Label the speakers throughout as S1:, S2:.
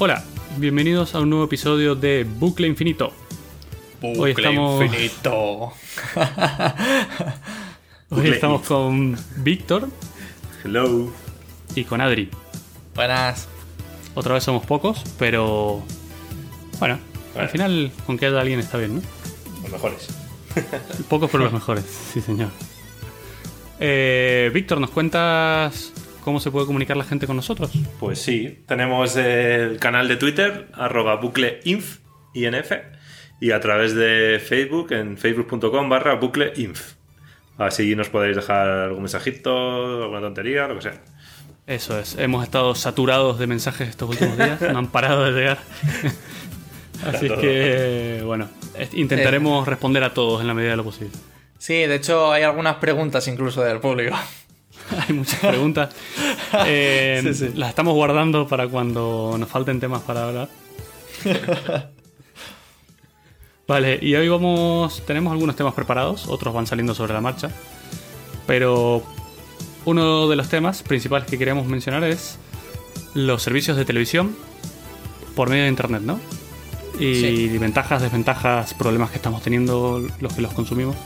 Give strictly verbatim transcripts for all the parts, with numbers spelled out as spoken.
S1: Hola, bienvenidos a un nuevo episodio de Bucle Infinito.
S2: Bucle
S1: Hoy estamos...
S2: Infinito.
S1: Hoy
S2: Bucle
S1: estamos
S2: inf-
S1: con Víctor
S2: Hello.
S1: y con Adri.
S2: Buenas.
S1: Otra vez somos pocos, pero... Bueno,
S2: Bueno.
S1: al final con que haya alguien está bien, ¿no?
S2: Los mejores.
S1: Pocos pero los mejores, sí señor. Eh, Víctor, ¿nos cuentas cómo se puede comunicar la gente con nosotros?
S2: Pues sí, tenemos el canal de Twitter, arroba bucleinf, I N F, y a través de Facebook, en facebook.com barra bucleinf. Así nos podéis dejar algún mensajito, alguna tontería, lo que sea.
S1: Eso es, hemos estado saturados de mensajes estos últimos días, no han parado de llegar. Así es que, bueno, intentaremos responder a todos en la medida de lo posible.
S3: Sí, de hecho hay algunas preguntas incluso del público.
S1: Hay muchas preguntas. Eh,
S3: Sí, sí.
S1: Las estamos guardando para cuando nos falten temas para hablar. Vale, y hoy vamos. Tenemos algunos temas preparados, otros van saliendo sobre la marcha. Pero uno de los temas principales que queríamos mencionar es los servicios de televisión por medio de internet, ¿no? Y
S3: Sí.
S1: ventajas, desventajas, problemas que estamos teniendo los que los consumimos.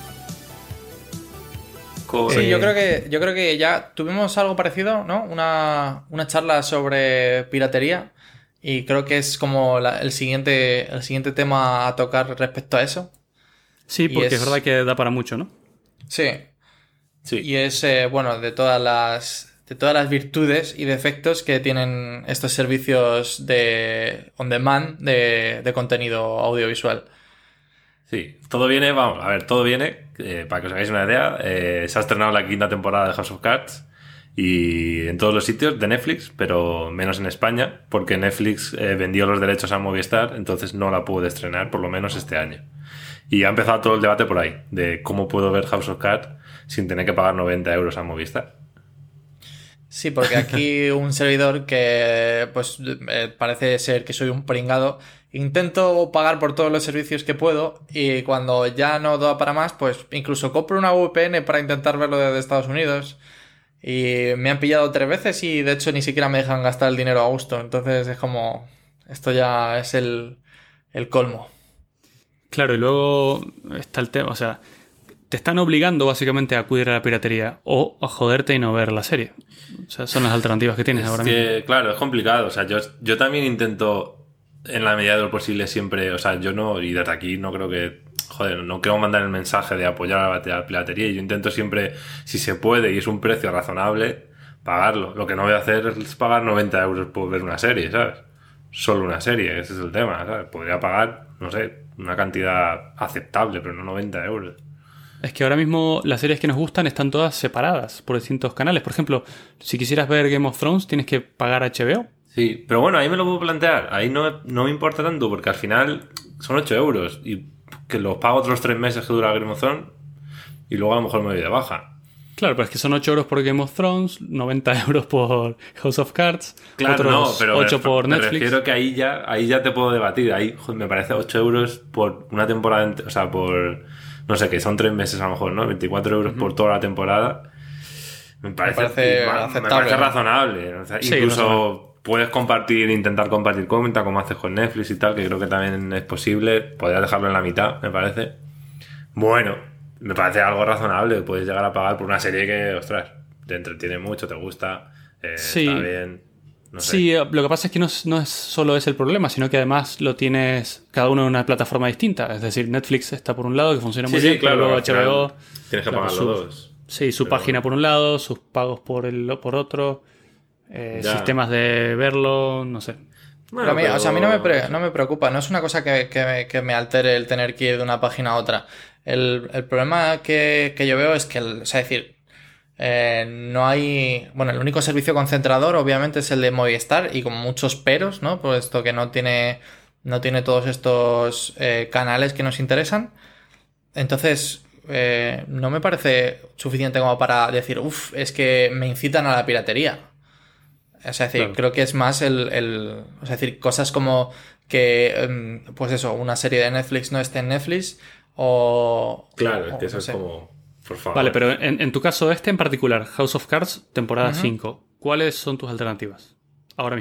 S3: Sí,
S1: Eh,
S3: yo creo que yo creo que ya tuvimos algo parecido, ¿no? Una, una charla sobre piratería y creo que es como la- el siguiente el siguiente tema a tocar respecto a eso.
S1: Sí,
S3: y
S1: porque es...
S3: es-
S1: verdad que da para mucho, ¿no?
S3: Sí.
S2: Sí.
S3: Y es eh, bueno, de todas las de todas las virtudes y defectos que tienen estos servicios de on demand de, de contenido audiovisual.
S2: Sí, todo viene, vamos, a ver, todo viene, eh, para que os hagáis una idea, eh, se ha estrenado la quinta temporada de House of Cards y en todos los sitios de Netflix, pero menos en España, porque Netflix eh, vendió los derechos a Movistar, entonces no la pude estrenar, por lo menos este año. Y ha empezado todo el debate por ahí, de cómo puedo ver House of Cards sin tener que pagar noventa euros a Movistar.
S3: Sí, porque aquí un servidor que pues eh, parece ser que soy un pringado, intento pagar por todos los servicios que puedo y cuando ya no da para más, pues incluso compro una V P N para intentar verlo desde Estados Unidos y me han pillado tres veces y de hecho ni siquiera me dejan gastar el dinero a gusto, entonces es como, esto ya es el, el colmo.
S1: Claro, y luego está el tema, o sea, te están obligando básicamente a acudir a la piratería o a joderte y no ver la serie. O sea, son las alternativas que tienes
S2: Es
S1: ahora mismo.
S2: que, claro, es complicado. O sea, yo, yo también intento, en la medida de lo posible, siempre. O sea, yo no, y desde aquí no creo que. Joder, no quiero mandar el mensaje de apoyar a la piratería. Yo intento siempre, si se puede y es un precio razonable, pagarlo. Lo que no voy a hacer es pagar noventa euros por ver una serie, ¿sabes? Solo una serie, ese es el tema, ¿sabes? Podría pagar, no sé, una cantidad aceptable, pero no noventa euros.
S1: Es que ahora mismo las series que nos gustan están todas separadas por distintos canales. Por ejemplo, si quisieras ver Game of Thrones, tienes que pagar H B O.
S2: Sí, pero bueno, ahí me lo puedo plantear. Ahí no, no me importa tanto porque al final son ocho euros y que los pago otros tres meses que dura Game of Thrones y luego a lo mejor me voy de baja.
S1: Claro, pero es que son ocho euros por Game of Thrones, noventa euros por House of Cards,
S2: Claro,
S1: otros
S2: no, pero
S1: ocho
S2: me,
S1: por
S2: me
S1: Netflix.
S2: refiero que ahí ya, ahí ya te puedo debatir. Ahí joder, me parece ocho euros por una temporada, ent- o sea, por, no sé, que son tres meses a lo mejor, ¿no? veinticuatro euros por toda la temporada. Me parece,
S3: parece
S2: y ma- me
S3: aceptable,
S2: parece
S3: ¿no?
S2: razonable. O sea,
S1: Sí,
S2: incluso
S1: razonable.
S2: puedes compartir, intentar compartir cuenta como haces con Netflix y tal, que creo que también es posible. Podrías dejarlo en la mitad, me parece. Bueno, me parece algo razonable. Puedes llegar a pagar por una serie que, ostras, te entretiene mucho, te gusta, eh,
S1: Sí.
S2: está bien. No sé.
S1: Sí, lo que pasa es que no es, no es solo ese el problema, sino que además lo tienes cada uno en una plataforma distinta. Es decir, Netflix está por un lado, que funciona muy
S2: Sí, sí,
S1: bien,
S2: claro,
S1: pero luego
S2: al final
S1: H B O...
S2: tienes que
S1: claro,
S2: pagar
S1: su-
S2: los dos.
S1: Sí, su
S2: Pero
S1: página
S2: bueno.
S1: por un lado, sus pagos por el por otro, eh,
S2: Ya.
S1: sistemas de verlo, no sé.
S2: Bueno,
S3: Pero a mí,
S2: pero-
S3: o sea, a mí no me, pre- no me preocupa, no es una cosa que, que, me- que me altere el tener que ir de una página a otra. El, el problema que, que yo veo es que, el, o sea, es decir, eh, no hay... Bueno, el único servicio concentrador obviamente es el de Movistar y con muchos peros, ¿no? Puesto que no tiene, no tiene todos estos eh, canales que nos interesan. Entonces, eh, no me parece suficiente como para decir, uff, es que me incitan a la piratería. O sea, es decir,
S1: Claro.
S3: creo que es más el, el... O sea, es decir, cosas como que, em, pues eso, una serie de Netflix no esté en Netflix o...
S2: Claro, es
S3: o
S2: que eso
S3: no
S2: es
S3: sé.
S2: como... Por favor.
S1: Vale, pero en, en tu caso este en particular, House of Cards, temporada
S3: Ujú.
S1: cinco, ¿cuáles son tus alternativas ahora mismo?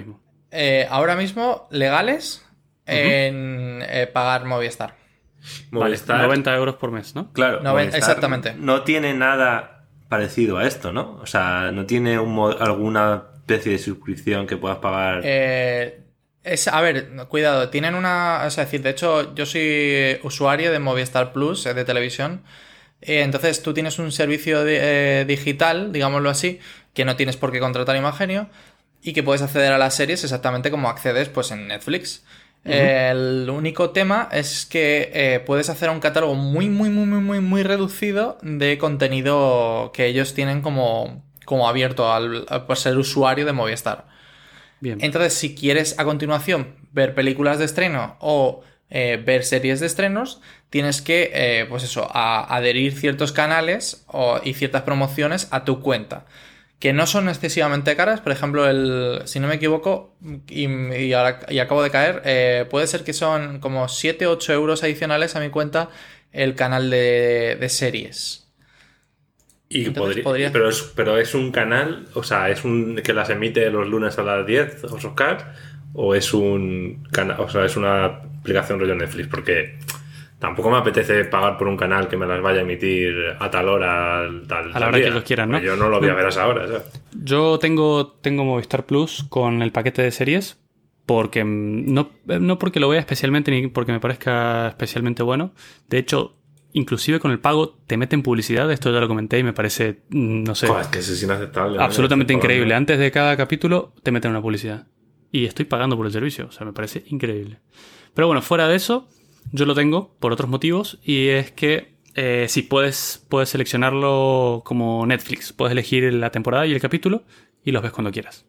S3: eh, ahora mismo legales en eh, pagar Movistar.
S2: Movistar,
S1: vale, noventa euros por mes, ¿no?
S2: claro,
S3: Noven-
S2: Movistar
S3: exactamente.
S2: no tiene nada parecido a esto, ¿no? O sea, no tiene un mo- alguna especie de suscripción que puedas pagar.
S3: Eh, es, a ver, cuidado, tienen una... Es decir, de hecho, yo soy usuario de Movistar Plus, eh, de televisión. Eh, entonces tú tienes un servicio de- eh, digital, digámoslo así, que no tienes por qué contratar Imagenio y que puedes acceder a las series exactamente como accedes pues en Netflix. Eh, el único tema es que eh, puedes hacer un catálogo muy, muy, muy, muy, muy, muy reducido de contenido que ellos tienen como, como abierto al, al- por ser usuario de Movistar.
S1: Bien.
S3: Entonces, si quieres a continuación ver películas de estreno o eh, ver series de estrenos, tienes que, eh, pues eso, a- adherir ciertos canales o- y ciertas promociones a tu cuenta. Que no son excesivamente caras, por ejemplo, el, si no me equivoco, y, y ahora y acabo de caer, eh, puede ser que son como siete u ocho euros adicionales a mi cuenta el canal de, de series.
S2: Y
S3: Entonces
S2: podría-
S3: podría-
S2: pero, es, pero es un canal, o sea, es un que las emite los lunes a las diez, Oscar, o es un canal, o sea, es una aplicación rollo Netflix, porque tampoco me apetece pagar por un canal que me las vaya a emitir a tal hora, tal,
S1: A la
S2: tal
S1: hora que
S2: día.
S1: ellos quieran, ¿no?
S2: Pues yo no lo voy a
S1: No.
S2: ver a esa hora, ¿sabes?
S1: Yo tengo, tengo Movistar Plus con el paquete de series porque mm, no, no porque lo vea especialmente ni porque me parezca especialmente bueno. De hecho, inclusive con el pago te meten publicidad. Esto ya lo comenté y me parece, mm, no sé,
S2: Joder, es que eso es inaceptable. ¿no?
S1: absolutamente
S2: Estoy
S1: increíble.
S2: pagando.
S1: Antes de cada capítulo te meten una publicidad. Y estoy pagando por el servicio. O sea, me parece increíble. Pero bueno, fuera de eso, yo lo tengo por otros motivos. Y es que eh, sí, puedes, puedes seleccionarlo como Netflix. Puedes elegir la temporada y el capítulo y los ves cuando quieras.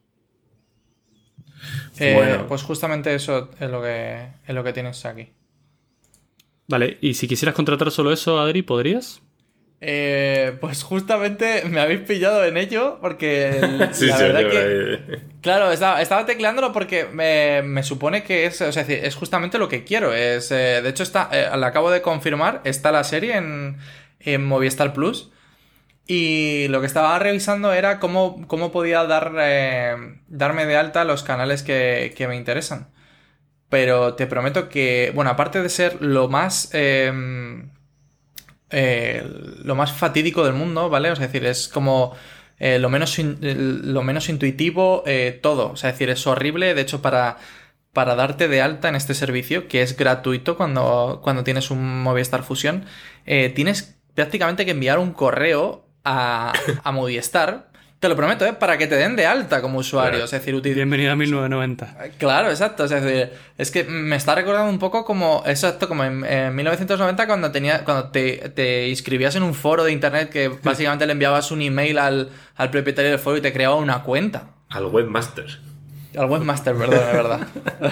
S3: Eh,
S2: Bueno.
S3: Pues justamente eso es lo que, es lo que tienes aquí.
S1: Vale, y si quisieras contratar solo eso, Adri, ¿podrías?
S3: Eh, pues justamente me habéis pillado en ello porque
S2: Sí,
S3: la
S2: sí,
S3: verdad
S2: yo-
S3: que...
S2: eh,
S3: Claro, estaba, estaba tecleándolo porque me, me supone que es, o sea, es decir, es justamente lo que quiero. Es, eh, de hecho, está, eh, lo acabo de confirmar, está la serie en, en Movistar Plus. Y lo que estaba revisando era cómo, cómo podía dar, eh, darme de alta los canales que, que me interesan. Pero te prometo que, bueno, aparte de ser lo más... eh, eh, lo más fatídico del mundo, ¿vale? O sea, es decir, es como eh, lo, menos in- lo menos intuitivo, eh, todo. O sea, es decir, es horrible. De hecho, para, para darte de alta en este servicio, que es gratuito cuando, cuando tienes un Movistar Fusión, eh, tienes prácticamente que enviar un correo a, a Movistar. Te lo prometo, ¿eh? Para que te den de alta como usuario.
S2: Claro.
S3: Es decir, util-
S1: Bienvenido a mil novecientos noventa.
S3: Claro, exacto. O sea, es decir, es que me está recordando un poco como, exacto, como en, en mil novecientos noventa cuando tenía, cuando te, te inscribías en un foro de internet que básicamente le enviabas un email al, al propietario del foro y te creaba una cuenta.
S2: Al webmaster.
S3: Al webmaster, perdón, de verdad.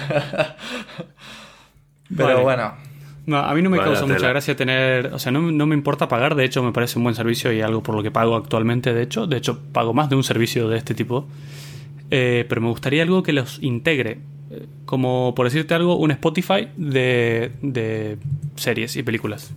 S3: Pero
S1: Vale.
S3: bueno.
S1: No, a mí no me
S2: Vaya
S1: causa mucha
S2: tela.
S1: gracia tener... O sea, no, no me importa pagar. De hecho, me parece un buen servicio y algo por lo que pago actualmente, de hecho. De hecho, pago más de un servicio de este tipo. Eh, pero me gustaría algo que los integre. Eh, Como, por decirte algo, un Spotify de, de series y películas.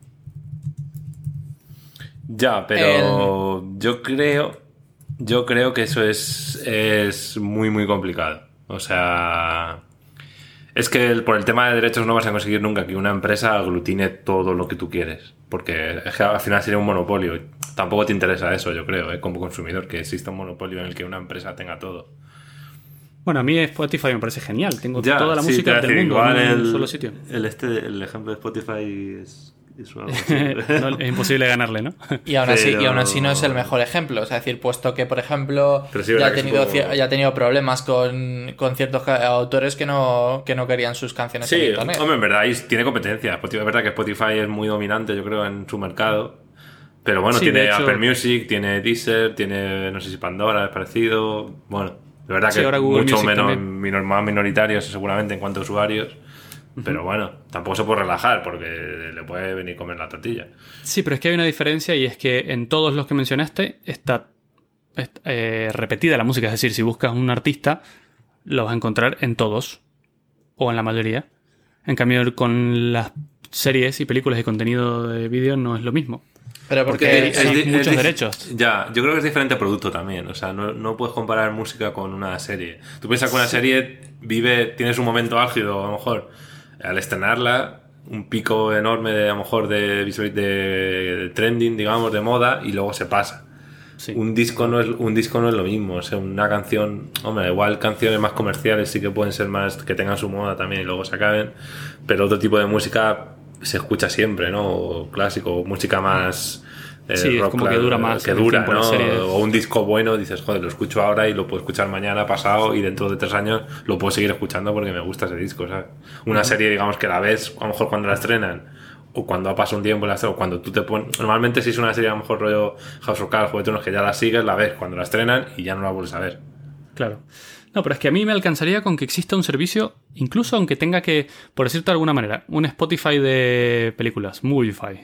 S2: Ya, pero yo creo. Yo creo que eso es, es muy, muy complicado. O sea. Es que el- por el tema de derechos no vas a conseguir nunca que una empresa aglutine todo lo que tú quieres. Porque es que al final sería un monopolio. Y tampoco te interesa eso, yo creo, ¿eh? Como consumidor, que exista un monopolio en el que una empresa tenga todo.
S1: Bueno, a mí Spotify me parece genial. Tengo
S2: Ya,
S1: toda la
S2: sí, te
S1: música
S2: iba a
S1: del
S2: decir,
S1: mundo
S2: igual
S1: en un
S2: el,
S1: solo sitio.
S2: El, este, el ejemplo de Spotify es, es algo así.
S1: No, es imposible ganarle, ¿no?
S3: Y aún, así,
S2: Pero-
S3: y aún así no es el mejor ejemplo. O sea, es decir, puesto que, por ejemplo,
S2: Pero sí,
S3: ya,
S2: verdad
S3: ha
S2: que es
S3: tenido,
S2: un poco-
S3: cier- ya ha tenido problemas con, con ciertos ca- autores que no, que no querían sus canciones en
S2: Sí,
S3: internet.
S2: hombre, en verdad ahí tiene competencia. Spotify- Es verdad que Spotify es muy dominante, yo creo, en su mercado. Pero bueno,
S1: Sí,
S2: tiene
S1: de hecho-
S2: Apple Music, tiene Deezer, tiene, no sé si Pandora es parecido. Bueno, de verdad
S1: Sí,
S2: que
S1: ahora Google
S2: mucho
S1: Music
S2: menos,
S1: también.
S2: minor- más minoritarios seguramente en cuanto a usuarios. Pero bueno, tampoco se puede relajar porque le puede venir a comer la tortilla.
S1: Sí, pero es que hay una diferencia y es que en todos los que mencionaste está, est- eh, repetida la música. Es decir, si buscas un artista, lo vas a encontrar en todos o en la mayoría. En cambio, con las series y películas y contenido de vídeo no es lo mismo.
S3: Pero porque,
S1: porque hay
S2: di-
S1: muchos
S2: di-
S1: derechos.
S2: Ya, yo creo que es diferente producto también. O sea, no, no puedes comparar música con una serie. Tú piensas que una serie vive, tienes un momento álgido, a lo mejor, al estrenarla, un pico enorme de, a lo mejor de, visual- de, de trending, digamos, de moda, y luego se pasa.
S1: Sí.
S2: Un disco no es un disco no es lo mismo. O sea, una canción, hombre, igual canciones más comerciales sí que pueden ser más, que tengan su moda también y luego se acaben, pero otro tipo de música se escucha siempre, ¿no? O clásico, o música más eh,
S1: Sí, es como que dura más
S2: que
S1: el
S2: dura,
S1: tiempo, la
S2: ¿no?
S1: serie.
S2: O un disco bueno, dices, joder, lo escucho ahora y lo puedo escuchar mañana, pasado, y dentro de tres años lo puedo seguir escuchando porque me gusta ese disco, ¿sabes? Una serie, digamos, que la ves a lo mejor cuando la estrenan, o cuando ha pasado un tiempo, la o cuando tú te pones... Normalmente si es una serie a lo mejor rollo House of Cards, Juego de Tronos, que ya la sigues, la ves cuando la estrenan y ya no la vuelves a ver.
S1: Claro. No, pero es que a mí me alcanzaría con que exista un servicio, incluso aunque tenga que, por decirte de alguna manera, un Spotify de películas, Movify.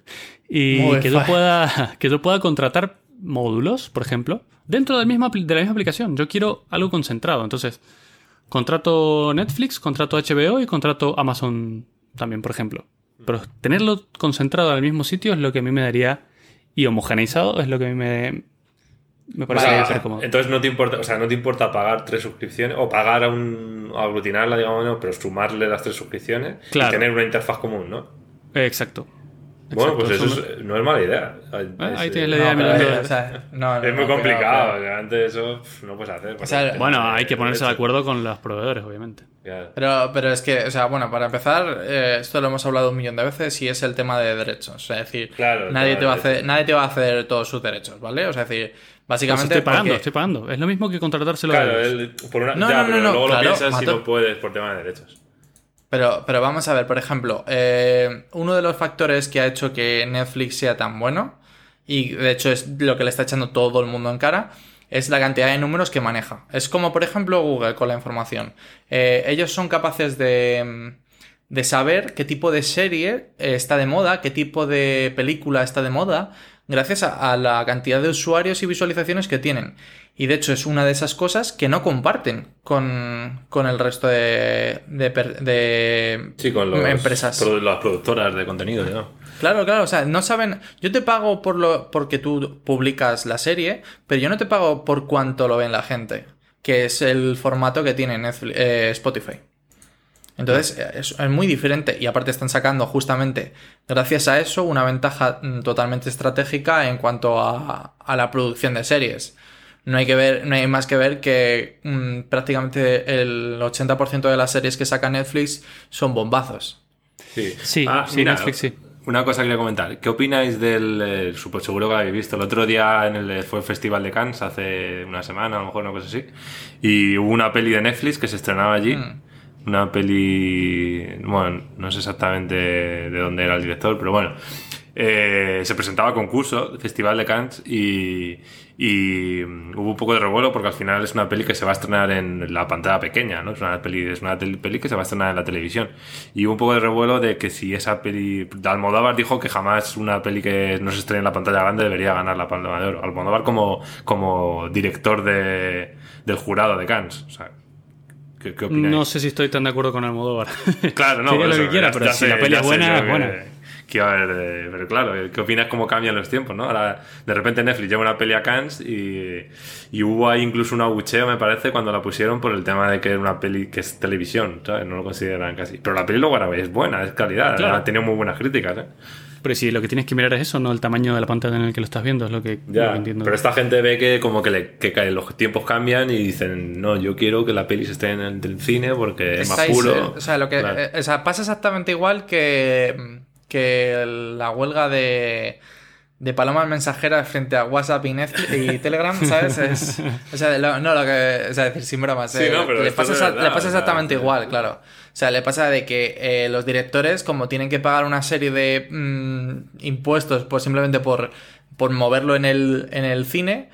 S1: y
S3: Movify.
S1: que yo pueda que yo pueda contratar módulos, por ejemplo, dentro del mismo, apli- de la misma aplicación. Yo quiero algo concentrado. Entonces, contrato Netflix, contrato H B O y contrato Amazon también, por ejemplo. Pero tenerlo concentrado en el mismo sitio es lo que a mí me daría, y homogeneizado es lo que a mí me, me
S2: O
S1: parecería
S2: sea,
S1: súper cómodo.
S2: entonces no te importa, o sea, no te importa pagar tres suscripciones o pagar a un a aglutinarla, digamos, ¿no? Pero sumarle las tres suscripciones
S1: Claro.
S2: y tener una interfaz común, ¿no?
S1: Eh, Exacto.
S2: Bueno,
S1: Exacto,
S2: pues eso
S1: son-
S2: es- no es mala idea.
S1: Ah, ahí
S2: Es,
S1: tienes la
S2: eh,
S1: idea de
S3: No, pero,
S1: millón de
S3: eh,
S1: dólares.
S3: o sea, no, no,
S2: es muy
S3: no,
S2: complicado.
S3: pero-
S2: o sea, antes eso pf, no puedes hacer.
S3: O sea,
S1: Bueno, hay que ponerse de acuerdo con los proveedores, obviamente.
S2: Claro.
S3: Pero, pero es que, o sea, bueno, para empezar, eh, esto lo hemos hablado un millón de veces y es el tema de derechos. O sea, es decir,
S2: Claro,
S3: nadie,
S2: claro,
S3: te va a
S2: derechos.
S3: hacer, nadie te va a ceder todos sus derechos, ¿vale? O sea, es decir,
S1: Pues
S3: básicamente.
S1: estoy pagando,
S3: porque-
S1: estoy pagando. Es lo mismo que contratárselo
S2: Claro,
S1: a ellos.
S2: él, por una,
S3: No,
S2: ya,
S3: no,
S2: pero
S3: no, no,
S2: luego
S3: claro,
S2: lo piensas si
S3: Mato-
S2: no puedes por tema de derechos.
S3: Pero, pero vamos a ver, por ejemplo, eh, uno de los factores que ha hecho que Netflix sea tan bueno, y de hecho es lo que le está echando todo el mundo en cara, es la cantidad de números que maneja. Es como, por ejemplo, Google con la información. Eh, ellos son capaces de, de saber qué tipo de serie eh, está de moda, qué tipo de película está de moda, gracias a, a la cantidad de usuarios y visualizaciones que tienen. Y de hecho es una de esas cosas que no comparten con, con el resto de, de, per- de
S2: Sí, con los,
S3: empresas.
S2: produ- las productoras de contenido, ¿no?
S3: Claro, claro, o sea, no saben. Yo te pago por lo porque tú publicas la serie, pero yo no te pago por cuánto lo ven la gente, que es el formato que tiene Netflix, eh, Spotify. Entonces es, es muy diferente y aparte están sacando justamente gracias a eso una ventaja mm, totalmente estratégica en cuanto a, a la producción de series. No hay que ver, no hay más que ver que mm, prácticamente el ochenta por ciento de las series que saca Netflix son bombazos.
S2: Sí,
S1: Sí, sí, Netflix sí.
S2: Una cosa que quería comentar. ¿Qué opináis del... Eh, super seguro que lo habéis visto. El otro día en el, fue el Festival de Cannes, hace una semana, a lo mejor una cosa así. Y hubo una peli de Netflix que se estrenaba allí.
S3: Mm.
S2: Una peli... Bueno, no sé exactamente de dónde era el director, pero bueno. Eh, se presentaba a concurso, Festival de Cannes, y, y mm, hubo un poco de revuelo porque al final es una peli que se va a estrenar en la pantalla pequeña, ¿no? Es una peli, es una tel- peli que se va a estrenar en la televisión. Y hubo un poco de revuelo de que si esa peli... Almodóvar dijo que jamás una peli que no se estrene en la pantalla grande debería ganar la Palma de Oro. Almodóvar como, como director de, del jurado de Cannes. O sea, ¿qué, qué opináis?
S1: No sé si estoy tan de acuerdo con Almodóvar.
S2: Claro, no,
S1: Que
S2: por
S1: diga lo
S2: eso,
S1: que quiera,
S2: ya-
S1: pero
S2: ya
S1: si
S2: sé-
S1: la peli
S2: ya
S1: es
S2: sé
S1: buena,
S2: yo
S1: es
S2: que-
S1: buena.
S2: que iba a haber, eh, pero claro, ¿qué opinas cómo cambian los tiempos, no? Ahora, de repente Netflix lleva una peli a Cannes y, y hubo ahí incluso un abucheo, me parece, cuando la pusieron por el tema de que era una peli que es televisión, ¿sabes? No lo consideran casi. Pero la peli luego ahora es buena, es calidad,
S1: Claro.
S2: ha tenido muy buenas críticas, ¿eh?
S1: Pero si lo que tienes que mirar es eso, no el tamaño de la pantalla en el que lo estás viendo, es lo que, lo
S2: Ya,
S1: que entiendo.
S2: pero esta gente ve que como que, le, que cae- los tiempos cambian y dicen, no, yo quiero que la peli se esté en el, el cine porque es más
S3: Estáis,
S2: puro.
S3: eh, o sea, lo que,
S2: Claro.
S3: eh, o sea, pasa exactamente igual que, que la huelga de, de palomas mensajeras frente a WhatsApp y, Netflix y Telegram, ¿sabes? Es, o sea, lo- no, lo que, o sea, decir sin bromas.
S2: Sí,
S3: eh,
S2: no, pero
S3: le,
S2: esto
S3: pasa,
S2: es
S3: exa-
S2: verdad,
S3: le pasa
S2: o sea,
S3: exactamente
S2: sí.
S3: igual, claro. O sea, le pasa de que eh, los directores, como tienen que pagar una serie de mm, impuestos pues simplemente por, por moverlo en el, en el cine,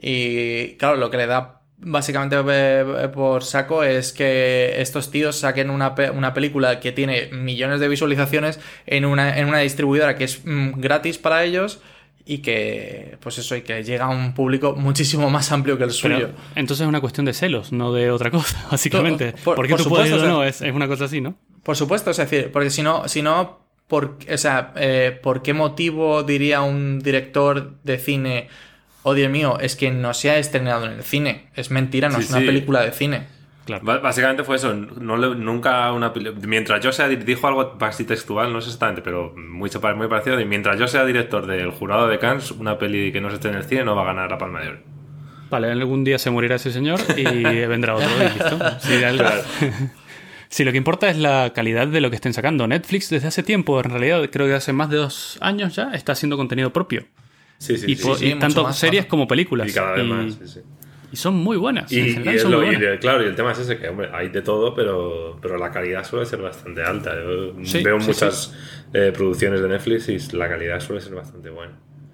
S3: y claro, lo que le da básicamente eh, por saco es que estos tíos saquen una, pe- una película que tiene millones de visualizaciones en una, en una distribuidora que es mm, gratis para ellos y que, pues eso, y que llega a un público muchísimo más amplio que el
S1: Pero,
S3: suyo.
S1: entonces es una cuestión de celos, no de otra cosa, básicamente.
S3: Por-
S1: Porque
S3: por
S1: tú puedes ir
S3: supuesto,
S1: o
S3: o sea-
S1: no, es, es una cosa así, ¿no?
S3: Por supuesto, es decir, porque si no, si no por, o sea, eh, ¿por qué motivo diría un director de cine, oh Dios mío, es que no se ha estrenado en el cine? Es mentira, no
S2: Sí,
S3: es una
S2: sí.
S3: película de cine.
S1: Claro.
S2: B- Básicamente fue eso. No le- nunca una peli- Mientras yo sea. Dijo algo así textual, no sé exactamente, pero muy, sepa- muy parecido. Y mientras yo sea director del jurado de Cannes, una peli que no se esté en el cine no va a ganar la Palma de Oro.
S1: Vale, algún día se morirá ese señor y vendrá otro y listo. Sí, algo- Sí, lo que importa es la calidad de lo que estén sacando. Netflix desde hace tiempo, en realidad, creo que hace más de dos años ya, está haciendo contenido propio.
S2: Sí, sí,
S1: y
S2: sí.
S1: po-
S3: sí,
S1: y
S3: mucho
S1: tanto
S3: más,
S1: series
S3: ¿no?
S1: como películas.
S2: Y cada vez
S1: Y-
S2: más. Sí, sí.
S1: y son muy buenas.
S2: Y,
S1: en
S2: y
S1: general
S2: es
S1: son
S2: lo-
S1: muy
S2: y
S1: buenas.
S2: de- claro, y el tema es ese, que hombre, hay de todo, pero, pero la calidad suele ser bastante alta. Yo
S1: Sí,
S2: veo
S1: sí,
S2: muchas eh, producciones de Netflix y la calidad suele ser bastante buena.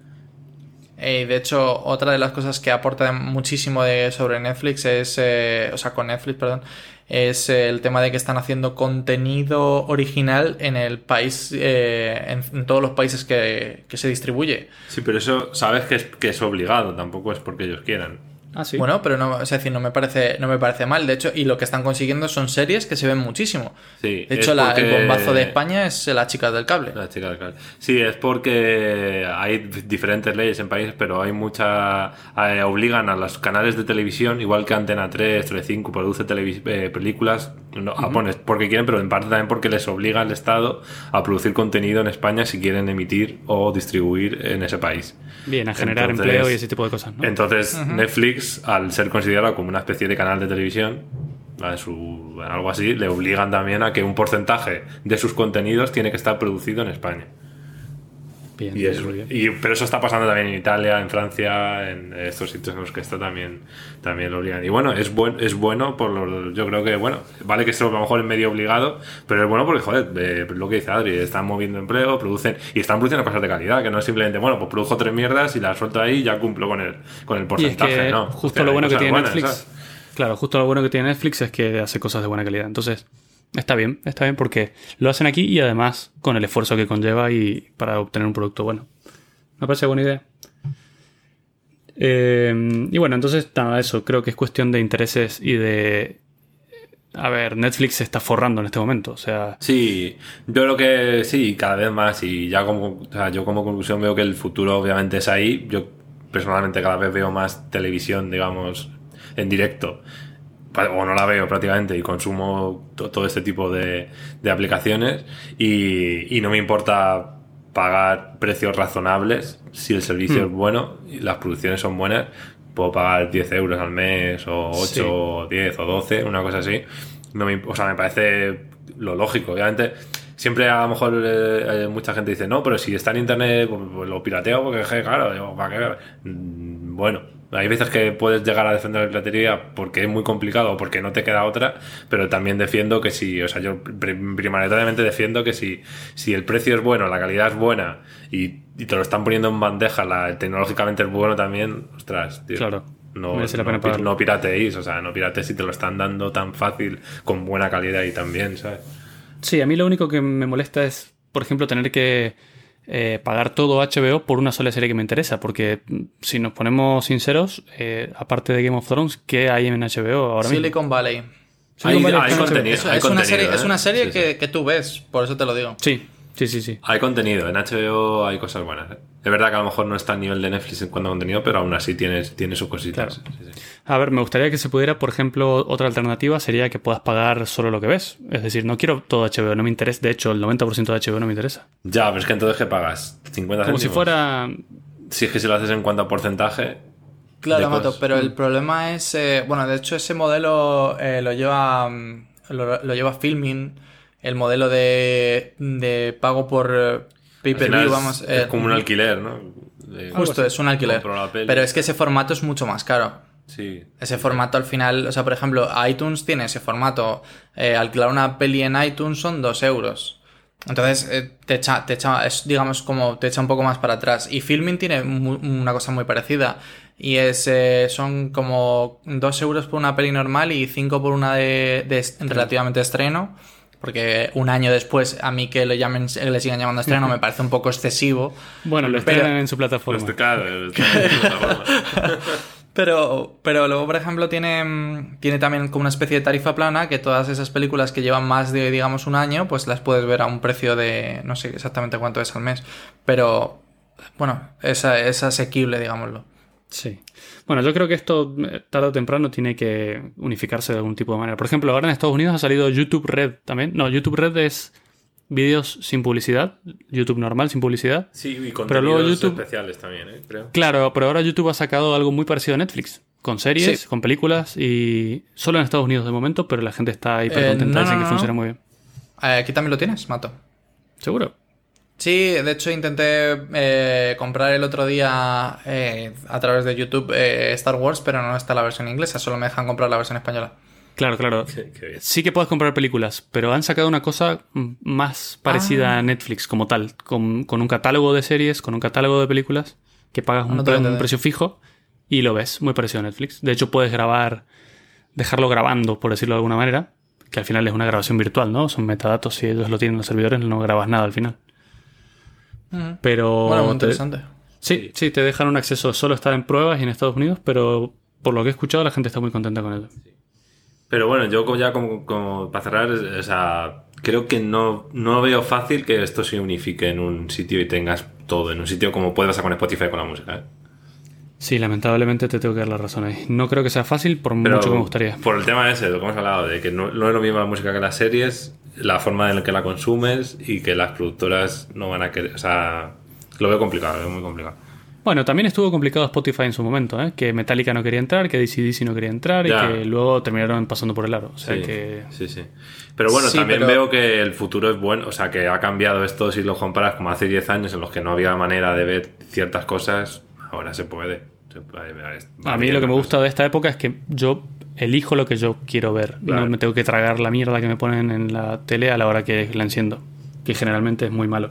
S3: Eh, de hecho, otra de las cosas que aporta muchísimo de, sobre Netflix es, eh, o sea, con Netflix, perdón, es eh, el tema de que están haciendo contenido original en el país, eh, en, en todos los países que, que se distribuye.
S2: Sí, pero eso sabes que es, que es obligado, tampoco es porque ellos quieran.
S1: Ah, sí.
S3: Bueno, pero no, es decir, no me parece, no me parece mal. De hecho, y lo que están consiguiendo son series que se ven muchísimo.
S2: Sí,
S3: De hecho,
S2: es
S3: la-
S2: porque-
S3: el bombazo de España es Las Chicas del Cable.
S2: La chica del cable. Sí, es porque hay diferentes leyes en países, pero hay mucha. eh, obligan a los canales de televisión, igual que Antena tres, Telecinco produce televis- eh, películas, no, a pones porque quieren, pero en parte también porque les obliga el Estado a producir contenido en España si quieren emitir o distribuir en ese país.
S1: Bien, a generar
S2: Entonces-
S1: empleo y ese tipo de cosas, ¿no?
S2: Entonces, Netflix, al ser considerado como una especie de canal de televisión, a su- algo así, le obligan también a que un porcentaje de sus contenidos tiene que estar producido en España.
S1: Bien,
S2: Y es-
S1: muy bien.
S2: y- pero eso está pasando también en Italia, en Francia, en estos sitios en los que está también, también lo obligan. Y bueno, es, buen, es bueno, por lo, yo creo que, bueno, vale que esto a lo mejor es medio obligado, pero es bueno porque, joder, eh, lo que dice Adri, están moviendo empleo, producen, y están produciendo cosas de calidad, que no es simplemente, bueno, pues produjo tres mierdas y las suelto ahí y ya cumplo con el, con el
S1: Y es
S2: porcentaje,
S1: que
S2: ¿no?
S1: justo
S2: Hostia,
S1: lo
S2: hay
S1: bueno que
S2: cosas
S1: tiene
S2: buenas,
S1: Netflix,
S2: ¿sabes?
S1: claro, justo lo bueno que tiene Netflix es que hace cosas de buena calidad. Entonces, está bien, está bien porque lo hacen aquí y además con el esfuerzo que conlleva y para obtener un producto bueno. Me parece buena idea. Eh, y bueno, entonces, nada, eso. Creo que es cuestión de intereses y de... A ver, Netflix se está forrando en este momento. O sea,
S2: Sí, yo creo que sí, cada vez más. Y ya como, o sea, yo como conclusión veo que el futuro obviamente es ahí. Yo personalmente cada vez veo más televisión, digamos, en directo. O no la veo prácticamente y consumo to- todo este tipo de, de aplicaciones. Y, y no me importa pagar precios razonables si el servicio
S1: Hmm.
S2: es bueno y las producciones son buenas. Puedo pagar diez euros al mes o ocho
S1: Sí.
S2: o diez o doce, una cosa así. No me, o sea, me parece lo lógico. Obviamente, siempre a lo mejor eh, eh, mucha gente dice, no, pero si está en internet, pues, pues lo pirateo porque, je, claro, digo, ¿para qué? Mm, Bueno, hay veces que puedes llegar a defender la piratería porque es muy complicado o porque no te queda otra, pero también defiendo que si, o sea, yo prim- primariamente defiendo que si, si el precio es bueno, la calidad es buena y, y te lo están poniendo en bandeja, la, tecnológicamente es bueno también, ostras, tío.
S1: Claro.
S2: No,
S1: Merece la
S2: no,
S1: pena
S2: pi-
S1: pagarlo.
S2: no pirateéis, o sea, no pirateéis si te lo están dando tan fácil, con buena calidad y también, ¿sabes?
S1: sí, a mí lo único que me molesta es, por ejemplo, tener que eh, pagar todo H B O por una sola serie que me interesa. Porque mm, si nos ponemos sinceros, eh, aparte de Game of Thrones, ¿qué hay en H B O ahora mismo?
S3: Silicon Valley.
S2: Hay,
S1: Silicon Valley
S2: hay
S1: está en H B O.
S2: contenido,
S3: Es,
S2: hay
S3: es una
S2: contenido,
S3: serie,
S2: ¿eh?
S3: es una serie
S2: Sí, sí.
S3: que, que tú ves, por eso te lo digo.
S1: Sí, sí, sí, sí.
S2: Hay contenido, en H B O hay cosas buenas. ¿eh? Es verdad que a lo mejor no está a nivel de Netflix en cuanto a contenido, pero aún así tiene, tiene sus cositas.
S1: Claro.
S2: Sí, sí.
S1: A ver, me gustaría que se pudiera, por ejemplo, otra alternativa sería que puedas pagar solo lo que ves. Es decir, no quiero todo H B O, no me interesa. De hecho, el noventa por ciento de H B O no me interesa.
S2: Ya, pero es que entonces ¿qué pagas? ¿cincuenta
S1: Como
S2: céntimos?
S1: si fuera...
S2: Si es que si lo haces en cuanto a porcentaje...
S3: Claro,
S2: de
S3: Mato,
S2: cosas.
S3: pero el problema es, eh, bueno, de hecho ese modelo eh, lo lleva mm, lo, lo lleva Filmin, el modelo de, de pago por eh,
S2: Al final
S3: pay-per-view,
S2: es,
S3: vamos.
S2: es
S3: eh,
S2: como un alquiler, ¿no? De-
S3: Justo, es un alquiler.
S2: Compro la peli.
S3: Pero es que ese formato es mucho más caro.
S2: Sí.
S3: Ese formato al final, o sea, por ejemplo, iTunes tiene ese formato. Eh, alquilar una peli en iTunes son dos euros. Entonces, eh, te echa, te echa, es, digamos, como te echa un poco más para atrás. Y Filmin tiene mu- una cosa muy parecida. Y es, eh, son como dos euros por una peli normal y cinco por una de, de est- relativamente estreno. Porque un año después, a mí que le llamen, le sigan llamando estreno, me parece un poco excesivo.
S1: Bueno, lo
S3: Pero-
S1: estrenan en su plataforma.
S2: Pues, claro, está en la plataforma.
S3: Pero, pero luego, por ejemplo, tiene, tiene también como una especie de tarifa plana que todas esas películas que llevan más de, digamos, un año, pues las puedes ver a un precio de... no sé exactamente cuánto es al mes. Pero, bueno, es, es asequible, digámoslo.
S1: Sí. Bueno, yo creo que esto tarde o temprano tiene que unificarse de algún tipo de manera. Por ejemplo, ahora en Estados Unidos ha salido YouTube Red también. No, YouTube Red es vídeos sin publicidad. YouTube normal sin publicidad.
S2: Sí, y contenidos
S1: pero luego YouTube...
S2: especiales también, ¿eh? Creo.
S1: Claro, pero ahora YouTube ha sacado algo muy parecido a Netflix. Con series, sí. con películas y... Solo en Estados Unidos de momento, pero la gente está hiper
S3: Eh,
S1: contenta.
S3: no,
S1: Dicen
S3: no,
S1: que
S3: no.
S1: funciona muy bien.
S3: Eh, Aquí también lo tienes, Mato.
S1: ¿Seguro?
S3: Sí, de hecho intenté eh, comprar el otro día eh, a través de YouTube eh, Star Wars, pero no está la versión inglesa, solo me dejan comprar la versión española.
S1: Claro, claro.
S2: Qué- qué bien.
S1: Sí que puedes comprar películas, pero han sacado una cosa mm, más parecida
S3: Ah.
S1: a Netflix como tal, con, con un catálogo de series, con un catálogo de películas, que pagas un,
S3: No te lo
S1: pre- un
S3: entendí.
S1: precio fijo y lo ves, muy parecido a Netflix. De hecho, puedes grabar, dejarlo grabando, por decirlo de alguna manera, que al final es una grabación virtual, ¿no? Son metadatos, si ellos lo tienen en los servidores, no grabas nada al final.
S3: Ujú.
S1: Pero
S3: Bueno, muy
S1: te-
S3: interesante.
S1: sí, sí, te dejan un acceso, solo estar en pruebas y en Estados Unidos, pero por lo que he escuchado la gente está muy contenta con ello.
S2: Pero bueno, yo como ya como, como para cerrar, o sea, creo que no, no veo fácil que esto se unifique en un sitio y tengas todo en un sitio como puede pasar con Spotify con la música, ¿eh?
S1: Sí, lamentablemente te tengo que dar la razón ahí. No creo que sea fácil, por
S2: Pero
S1: mucho que me gustaría.
S2: por el tema ese, de lo que hemos hablado, de que no, no es lo mismo la música que las series, la forma en la que la consumes y que las productoras no van a querer, o sea, lo veo complicado, lo veo muy complicado.
S1: Bueno, también estuvo complicado Spotify en su momento, ¿eh? Que Metallica no quería entrar, que D C D C no quería entrar
S2: Ya.
S1: y que luego terminaron pasando por el aro. O sea
S2: Sí,
S1: que...
S2: sí, sí. Pero bueno,
S3: Sí,
S2: también
S3: pero-
S2: veo que el futuro es bueno, o sea, que ha cambiado esto si lo comparas como hace diez años en los que no había manera de ver ciertas cosas, ahora se puede. Se puede ver,
S1: A mí lo que me gusta de esta época es que yo elijo lo que yo quiero ver. Y
S2: Claro.
S1: no me tengo que tragar la mierda que me ponen en la tele a la hora que la enciendo. Que generalmente es muy malo.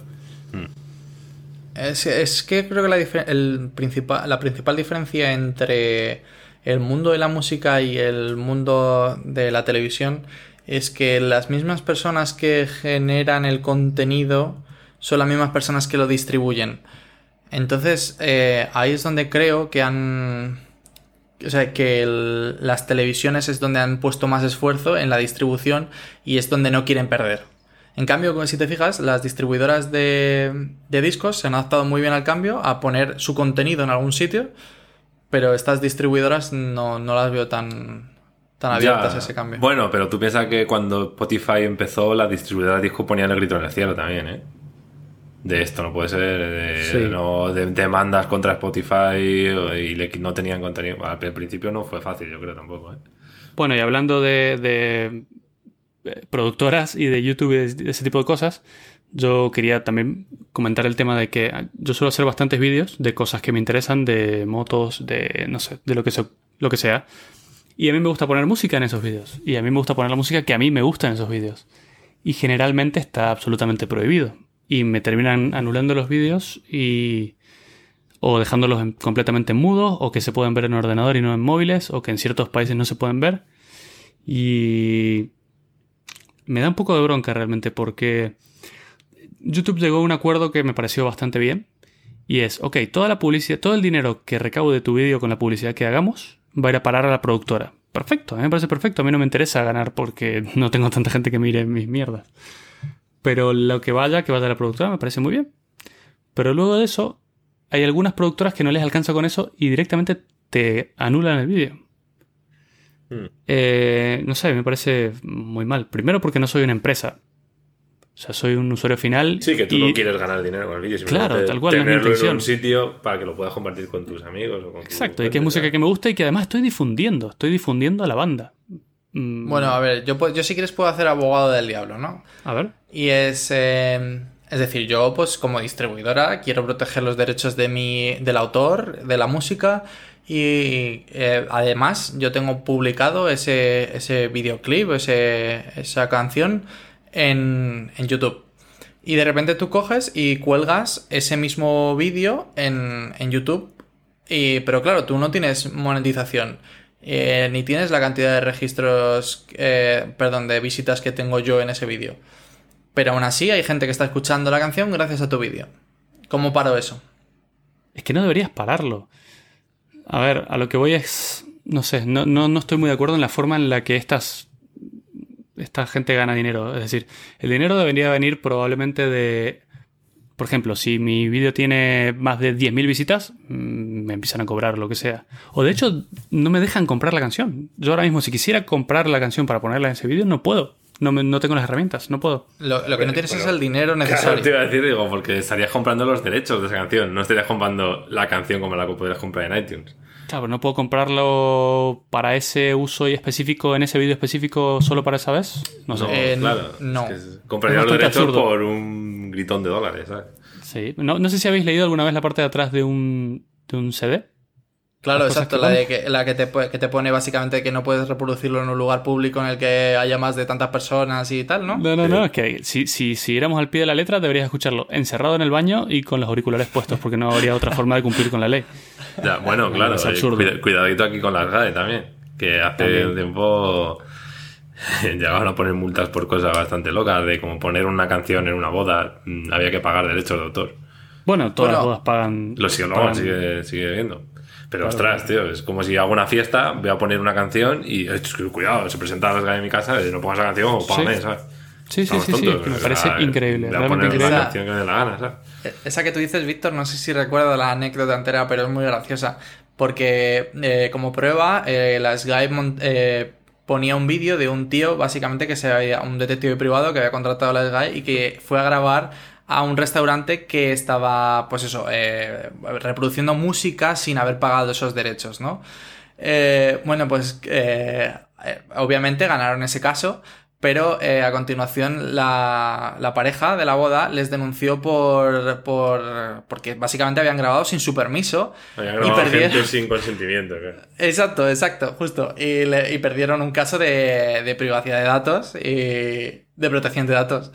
S3: Es, es que creo que la, difer- el principal, la principal diferencia entre el mundo de la música y el mundo de la televisión es que las mismas personas que generan el contenido son las mismas personas que lo distribuyen. Entonces, eh, ahí es donde creo que han... O sea, que el- las televisiones es donde han puesto más esfuerzo en la distribución y es donde no quieren perder. En cambio, como si te fijas, las distribuidoras de, de discos se han adaptado muy bien al cambio a poner su contenido en algún sitio, pero estas distribuidoras no, no las veo tan, tan abiertas
S2: Ya.
S3: a ese cambio.
S2: Bueno, pero tú piensas que cuando Spotify empezó, las distribuidoras de disco ponían el grito en el cielo también, ¿eh? De esto no puede ser, de,
S1: Sí.
S2: no, de demandas contra Spotify y le- no tenían contenido. Al principio no fue fácil, yo creo tampoco, ¿eh?
S1: Bueno, y hablando de, de, eh, productoras y de YouTube y de, de ese tipo de cosas, yo quería también comentar el tema de que yo suelo hacer bastantes vídeos de cosas que me interesan, de motos, de no sé, de lo que, se- lo que sea. Y a mí me gusta poner música en esos vídeos. Y a mí me gusta poner la música que a mí me gusta en esos vídeos. Y generalmente está absolutamente prohibido. Y me terminan anulando los vídeos y... o dejándolos en- completamente mudos, o que se pueden ver en ordenador y no en móviles, o que en ciertos países no se pueden ver. Y me da un poco de bronca realmente porque YouTube llegó a un acuerdo que me pareció bastante bien. Y es, ok, toda la publicidad, todo el dinero que recaude tu vídeo con la publicidad que hagamos va a ir a parar a la productora. Perfecto, a mí me parece perfecto. A mí no me interesa ganar porque no tengo tanta gente que mire mis mierdas. Pero lo que vaya, que vaya a la productora, me parece muy bien. Pero luego de eso, hay algunas productoras que no les alcanza con eso y directamente te anulan el vídeo.
S2: Mm.
S1: Eh, no sé, me parece muy mal. Primero porque no soy una empresa. O sea, soy un usuario final.
S2: Sí, que tú
S1: y-
S2: no quieres ganar dinero con el vídeo.
S1: Claro,
S2: simplemente
S1: tal cual, no es mi
S2: tenerlo en
S1: intención.
S2: un sitio para que lo puedas compartir con tus amigos o con tu
S1: Exacto, y
S2: gente,
S1: que es música
S2: ¿sabes?
S1: que me gusta y que además estoy difundiendo. Estoy difundiendo a la banda. Mm,
S3: Bueno, a ver, yo, puedo- yo si quieres puedo hacer abogado del diablo, ¿no?
S1: a ver.
S3: Y es... eh, es decir, yo pues como distribuidora quiero proteger los derechos de mi, del autor, de la música y eh, además yo tengo publicado ese, ese videoclip, ese, esa canción en, en YouTube. Y de repente tú coges y cuelgas ese mismo vídeo en, en YouTube. Y, pero claro, tú no tienes monetización. eh, ni tienes la cantidad de registros, eh, perdón, de visitas que tengo yo en ese vídeo. Pero aún así hay gente que está escuchando la canción gracias a tu vídeo. ¿Cómo paro eso?
S1: Es que no deberías pararlo. A ver, a lo que voy es... No sé, no, no, no estoy muy de acuerdo en la forma en la que estas... esta gente gana dinero. Es decir, el dinero debería venir probablemente de... Por ejemplo, si mi vídeo tiene más de diez mil visitas, me empiezan a cobrar lo que sea. O de hecho, no me dejan comprar la canción. Yo ahora mismo, si quisiera comprar la canción para ponerla en ese vídeo, no puedo. No, me, no tengo las herramientas, no puedo.
S3: Lo, lo que no tienes
S2: Pero,
S3: es el dinero necesario.
S2: Claro, te iba a decir, digo, porque estarías comprando los derechos de esa canción. No estarías comprando la canción como la que podrías comprar en iTunes.
S1: Claro, no puedo comprarlo para ese uso y específico, en ese vídeo específico, solo para esa vez. No sé.
S2: No,
S3: Eh,
S2: claro.
S3: no.
S2: Es que comprarías
S1: Es
S2: los
S1: bastante
S2: derechos
S1: absurdo.
S2: por un gritón de dólares, ¿sabes?
S1: Sí. No, no sé si habéis leído alguna vez la parte de atrás de un, de un C D.
S3: Claro,
S1: Las cosas
S3: exacto,
S1: que
S3: la,
S1: ponen.
S3: de que, la que, te, pu- que te pone básicamente que no puedes reproducirlo en un lugar público en el que haya más de tantas personas y tal, ¿no?
S1: No, no,
S2: Sí.
S1: no. Es que si, si siguiéramos al pie de la letra, deberías escucharlo encerrado en el baño y con los auriculares puestos, porque no habría otra forma de cumplir con la ley.
S2: Ya, bueno, claro.
S1: es
S2: eh,
S1: absurdo.
S2: cuida- cuidadito aquí con las G A E también. Que hace
S1: También.
S2: un tiempo llegaban a poner multas por cosas bastante locas, de como poner una canción en una boda, mm, había que pagar derechos de autor.
S1: Bueno, todas
S3: Bueno,
S1: las bodas pagan...
S2: Lo sigue, no,
S1: pagan-
S2: sigue, sigue viendo. Pero
S1: Claro,
S2: ostras, tío, es como si hago una fiesta, voy a poner una canción y eh, cuidado, se presenta a las G A E en mi casa, y no pongas esa canción o págame,
S1: Sí.
S2: ¿sabes?
S1: Sí, sí,
S2: Estamos
S1: sí, sí.
S2: tontos,
S1: que me
S2: o
S1: parece
S2: sea,
S1: increíble.
S2: Voy a
S1: Realmente
S2: poner
S1: increíble.
S2: la canción que me dé la gana, ¿sabes?
S3: Esa que tú dices, Víctor, no sé si recuerdo la anécdota entera, pero es muy graciosa. Porque eh, como prueba, eh, la S G A E mon- eh, ponía un vídeo de un tío, básicamente, que se había, un detective privado que había contratado a la S G A E y que fue a grabar a un restaurante que estaba, pues eso, eh, reproduciendo música sin haber pagado esos derechos, ¿no? Eh, bueno, pues eh, eh, obviamente ganaron ese caso, pero eh, a continuación la, la pareja de la boda les denunció por, por porque básicamente habían grabado sin su permiso
S2: Había
S3: y
S2: grabado
S3: perdieron...
S2: gente sin consentimiento, claro.
S3: Exacto, exacto, justo. Y, le- y perdieron un caso de, de privacidad de datos y de protección de datos.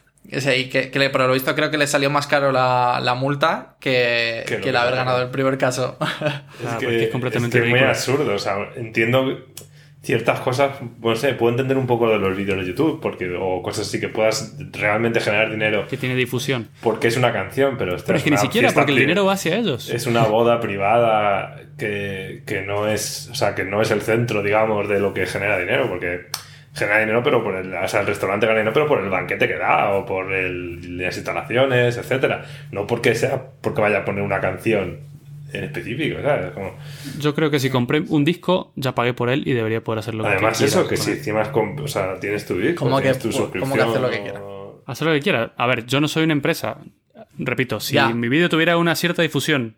S3: O sea, y que, que le- por lo visto creo que le salió más caro la, la multa que,
S2: Que lo
S3: que
S2: que
S3: el haber
S2: pagaron.
S3: ganado el primer caso.
S1: Ah,
S2: Es
S1: porque
S2: que
S1: es completamente
S2: es que es muy
S1: ridículo.
S2: absurdo, o sea, entiendo ciertas cosas, no sé, puedo entender un poco de los vídeos de YouTube, porque, o cosas así que puedas realmente generar dinero
S1: Que tiene difusión.
S2: porque es una canción, pero, ostras,
S1: Pero es que ni
S2: una
S1: siquiera,
S2: fiesta
S1: porque el
S2: pri-
S1: dinero va hacia ellos.
S2: es una boda privada que, que no es, o sea, que no es el centro, digamos, de lo que genera dinero, porque genera dinero, pero por el, o sea, el restaurante gana dinero, pero por el banquete que da, o por el, las instalaciones, etcétera. No porque sea, porque vaya a poner una canción en específico, ¿sabes? Como,
S1: Yo creo que si compré un disco, ya pagué por él y debería poder hacer lo que
S2: además,
S1: quiera
S2: eso, que
S1: con
S2: si
S1: él.
S2: encima es con- o sea, tienes tu disco,
S3: ¿Cómo que-
S2: tienes tu
S3: cómo
S2: suscripción.
S3: que hacer lo que quiera?
S2: o-
S1: Hacer lo que quiera. A ver, yo no soy una empresa. Repito, si
S3: Ya.
S1: mi vídeo tuviera una cierta difusión,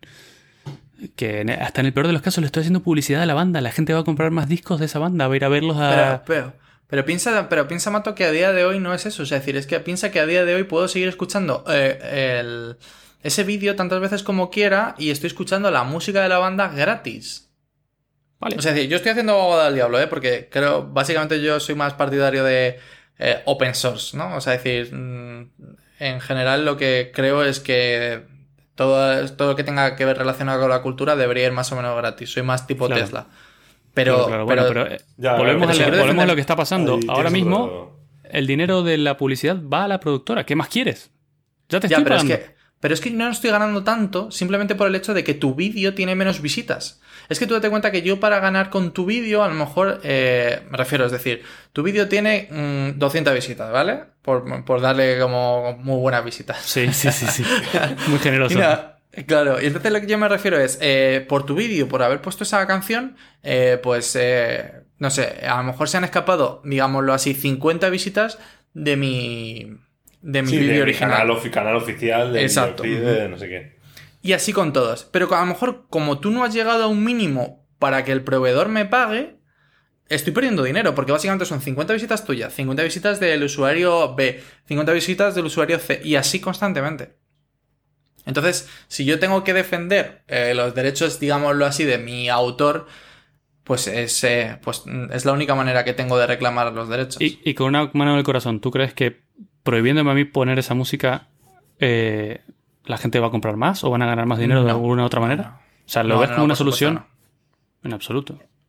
S1: que en- hasta en el peor de los casos le estoy haciendo publicidad a la banda, la gente va a comprar más discos de esa banda, va a ir a verlos
S3: Pero,
S1: a...
S3: pero, pero piensa, pero piensa, Mato, que a día de hoy no es eso. O sea, es decir, es que piensa que a día de hoy puedo seguir escuchando eh, el, ese vídeo tantas veces como quiera y estoy escuchando la música de la banda gratis.
S1: Vale.
S3: O sea, es decir, yo estoy haciendo abogado del diablo, ¿eh? Porque creo, básicamente yo soy más partidario de eh, open source, ¿no? O sea, es decir, mm, en general lo que creo es que todo, todo lo que tenga que ver relacionado con la cultura debería ir más o menos gratis. Soy más tipo
S1: Claro.
S3: Tesla. Pero,
S1: Claro, claro, bueno,
S3: pero,
S1: pero, eh,
S2: Ya,
S1: volvemos,
S2: pero
S1: a,
S3: si
S1: lo,
S3: quieres
S1: volvemos a
S3: defender-
S1: lo que está pasando.
S2: Ahí
S1: Ahora
S2: tienes
S1: mismo,
S2: otro-
S1: el dinero de la publicidad va a la productora. ¿Qué más quieres? Ya te
S3: ya,
S1: estoy
S3: pero es
S1: pagando.
S3: que, pero es que no estoy ganando tanto simplemente por el hecho de que tu vídeo tiene menos visitas. Es que tú date cuenta que yo para ganar con tu vídeo, a lo mejor, eh, me refiero, es decir, tu vídeo tiene mm, doscientas visitas, ¿vale? Por, por darle como muy buenas visitas.
S1: Sí, sí, sí, sí. Muy generoso.
S3: Mira, claro, y entonces lo que yo me refiero es, eh, por tu vídeo, por haber puesto esa canción, eh, pues, eh, no sé, a lo mejor se han escapado, digámoslo así, cincuenta visitas de mi, de mi
S2: Sí, de
S3: vídeo
S2: mi
S3: original.
S2: Canal, ofi- canal oficial, de
S3: Exacto.
S2: videoclip, de no sé qué.
S3: Y así con todos. Pero a lo mejor, como tú no has llegado a un mínimo para que el proveedor me pague, estoy perdiendo dinero, porque básicamente son cincuenta visitas tuyas, cincuenta visitas del usuario B, cincuenta visitas del usuario C, y así constantemente. Entonces, si yo tengo que defender eh, los derechos, digámoslo así, de mi autor, pues es, eh, pues es la única manera que tengo de reclamar los derechos.
S1: Y, y con una mano en el corazón, ¿tú crees que prohibiéndome a mí poner esa música, eh, la gente va a comprar más o van a ganar más dinero de
S3: No.
S1: alguna otra manera? O sea, ¿lo
S3: No,
S1: ves
S3: no,
S1: como
S3: no,
S1: una
S3: por supuesto
S1: solución?
S3: no.
S1: En absoluto.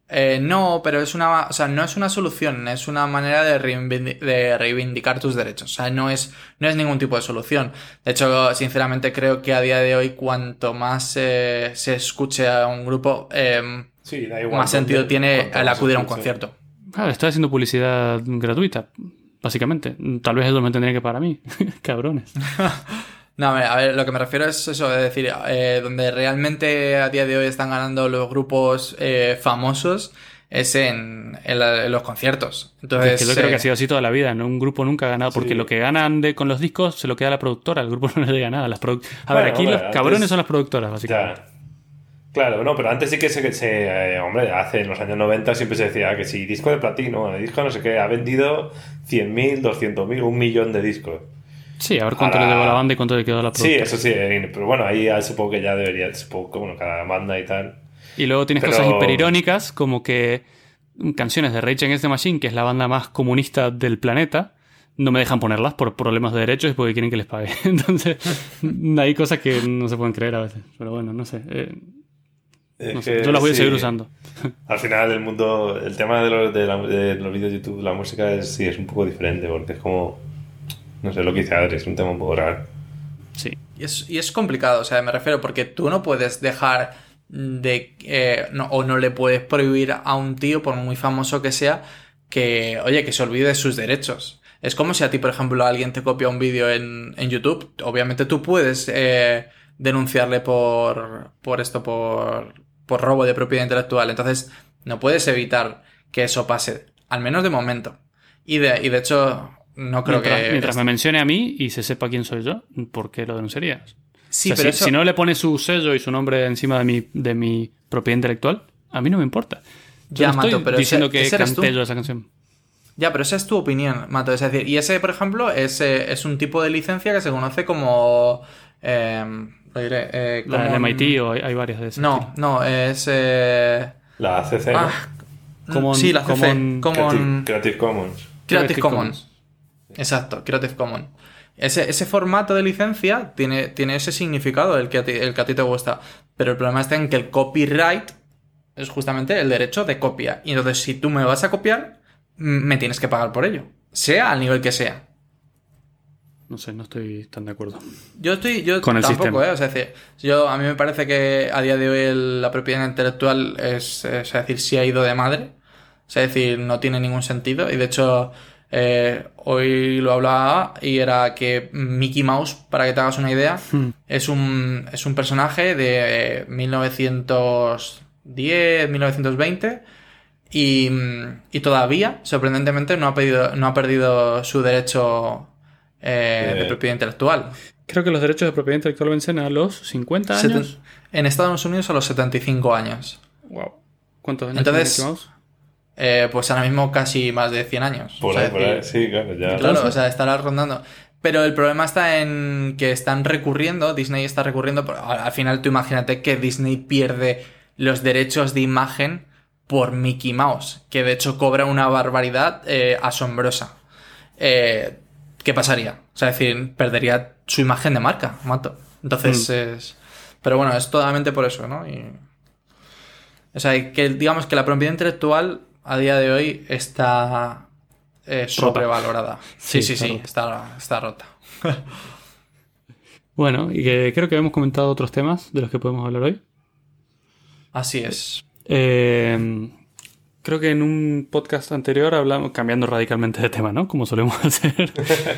S3: Eh, no, pero es una, o sea, no es una solución, es una manera de, reivindi- de reivindicar tus derechos. O sea, no es, no es ningún tipo de solución. De hecho, sinceramente creo que a día de hoy, cuanto más eh, se escuche a un grupo, eh,
S2: Sí, da igual.
S3: más sentido
S2: dónde-
S3: tiene
S2: cuanto
S3: el
S2: más
S3: acudir a un
S2: escuche.
S3: concierto.
S1: Ah, estoy haciendo publicidad gratuita, básicamente. Tal vez ellos me tendrían que pagar a mí. Cabrones.
S3: No, a ver, a ver, lo que me refiero es eso, es decir, eh, donde realmente a día de hoy están ganando los grupos eh, famosos es en, en, la- en los conciertos. Entonces,
S1: Es que yo creo
S3: eh,
S1: que ha sido así toda la vida, ¿no? Un grupo nunca ha ganado, porque
S2: Sí.
S1: lo que ganan de, con los discos se lo queda a la productora, el grupo no le llega nada. Las produ- a ver,
S2: Bueno,
S1: aquí
S2: hombre,
S1: los cabrones
S2: antes-
S1: son las productoras, básicamente.
S2: Ya. Claro, no, pero antes sí que se, se eh, hombre, hace en los años noventa siempre se decía que si disco de platino, el disco no sé qué, ha vendido cien mil, doscientos mil, un millón de discos.
S1: Sí, a ver cuánto
S2: Ahora-
S1: le llevó a la banda y cuánto le quedó a la
S2: Sí,
S1: productora.
S2: eso sí, eh, pero bueno, ahí ya supongo que ya debería, supongo que bueno, cada banda y tal.
S1: Y luego tienes
S2: Pero-
S1: cosas hiperirónicas, como que canciones de Rage Against the Machine, que es la banda más comunista del planeta, no me dejan ponerlas por problemas de derechos y porque quieren que les pague. Entonces, hay cosas que no se pueden creer a veces. Pero bueno, no sé. eh,
S2: Es
S1: no sé.
S2: que
S1: Yo las voy a
S2: sí,
S1: seguir usando.
S2: Al final el mundo, el tema de los, de la- de los vídeos de YouTube, la música es, sí, es un poco diferente, porque es como, no sé, lo que dice Adri, es un tema un poco raro.
S1: Sí.
S3: Y es, y es complicado, o sea, me refiero, porque tú no puedes dejar de... eh, no, o no le puedes prohibir a un tío, por muy famoso que sea, que, oye, que se olvide de sus derechos. Es como si a ti, por ejemplo, alguien te copia un vídeo en, en YouTube. Obviamente tú puedes eh, denunciarle por, por esto, por, por robo de propiedad intelectual. Entonces, no puedes evitar que eso pase, al menos de momento. Y de, y de hecho, no creo
S1: Mientras,
S3: que...
S1: mientras me mencione a mí y se sepa quién soy yo, ¿por qué lo denunciarías?
S3: Sí,
S1: O sea,
S3: pero
S1: si,
S3: eso...
S1: si no le pone su sello y su nombre encima de mi, de mi propiedad intelectual, a mí no me importa. Yo
S3: Ya,
S1: no estoy
S3: Mato, pero
S1: diciendo
S3: ese-
S1: que
S3: ese eres
S1: canté
S3: tú.
S1: yo esa canción.
S3: Ya, pero esa es tu opinión, Mato. Es decir, y ese, por ejemplo, es, eh, es un tipo de licencia que se conoce como... Eh, lo diré, eh,
S1: La del
S3: como-
S1: M I T o hay, hay varias de esas.
S3: No, no, es... Eh...
S2: La C C, ¿no?
S3: Ah,
S1: Common-
S3: sí, la C C.
S1: Common-
S3: Common...
S2: Creative, Creative Commons.
S3: Creative
S1: Creative
S3: Commons. Exacto, Creative Commons. Ese, ese formato de licencia tiene, tiene ese significado, el que, a ti, el que a ti te gusta. Pero el problema está en que el copyright es justamente el derecho de copia. Y entonces, si tú me vas a copiar, m- me tienes que pagar por ello. Sea al nivel que sea.
S1: No sé, no estoy tan de acuerdo.
S3: Yo estoy, yo
S1: Con el
S3: tampoco,
S1: sistema.
S3: ¿eh? O sea, es decir, yo, a mí me parece que a día de hoy el- la propiedad intelectual es, es decir, sí ha ido de madre. O sea, es decir, no tiene ningún sentido. Y de hecho, eh, hoy lo hablaba y era que Mickey Mouse, para que te hagas una idea,
S1: Hmm.
S3: es un, es un personaje de eh, mil novecientos diez, mil novecientos veinte y, y todavía, sorprendentemente, no ha, pedido, no ha perdido su derecho eh, de
S2: Eh,
S3: propiedad intelectual.
S1: Creo que los derechos de propiedad intelectual vencen a los cincuenta años.
S3: Seten- En Estados Unidos a los setenta y cinco años.
S1: Wow. ¿Cuántos años
S3: Entonces,
S1: tiene Mickey Mouse?
S3: Eh, pues ahora mismo casi más de cien años.
S2: Por
S3: O sea,
S2: ahí, por
S3: es
S2: ahí.
S3: decir,
S2: Sí, claro, ya.
S3: Claro, o sea, estará rondando. Pero el problema está en que están recurriendo, Disney está recurriendo, pero al al final tú imagínate que Disney pierde los derechos de imagen por Mickey Mouse, que de hecho cobra una barbaridad eh, asombrosa. Eh, ¿Qué pasaría? O sea, es decir, perdería su imagen de marca, Mato. Entonces es... Pero bueno, es totalmente por eso, ¿no? Y... O sea, que digamos que la propiedad intelectual a día de hoy está eh, sobrevalorada. Sí, sí,
S1: Sí,
S3: sí,
S1: está rota.
S3: está, está rota.
S1: Bueno, y que creo que hemos comentado otros temas de los que podemos hablar hoy.
S3: Así es.
S1: Eh, creo que en un podcast anterior hablamos, cambiando radicalmente de tema, ¿no? Como solemos hacer.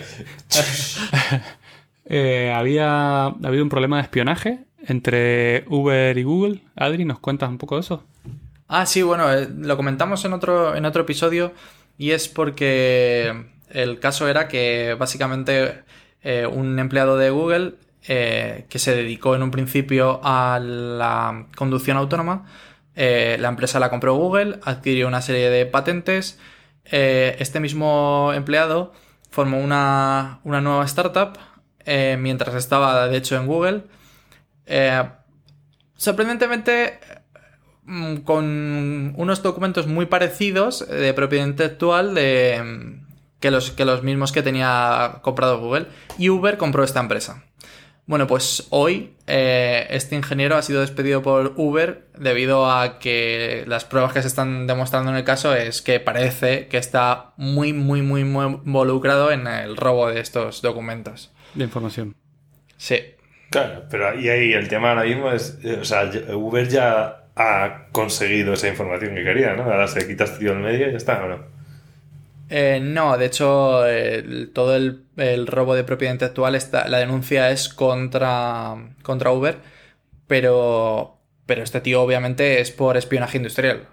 S1: eh, había habido un problema de espionaje entre Uber y Google. Adri, ¿nos cuentas un poco de eso?
S3: Ah, sí, bueno, eh, lo comentamos en otro, en otro episodio y es porque el caso era que básicamente eh, un empleado de Google eh, que se dedicó en un principio a la conducción autónoma, eh, la empresa la compró Google, adquirió una serie de patentes, eh, este mismo empleado formó una, una nueva startup eh, mientras estaba de hecho en Google. Eh, sorprendentemente mm, con unos documentos muy parecidos de propiedad intelectual de, mm, que, los, que los mismos que tenía comprado Google, y Uber compró esta empresa. Bueno, pues hoy eh, este ingeniero ha sido despedido por Uber debido a que las pruebas que se están demostrando en el caso es que parece que está muy, muy, muy, muy involucrado en el robo de estos documentos.
S1: De información.
S3: Sí.
S2: Claro, pero ahí, ahí el tema ahora mismo es, eh, o sea, Uber ya ha conseguido esa información que quería, ¿no? Ahora se quita este tío del medio y ya está, ¿o no?
S3: Eh, no, de hecho, el- todo el, el robo de propiedad intelectual, está, la denuncia es contra, contra Uber, pero, pero este tío obviamente es por espionaje industrial.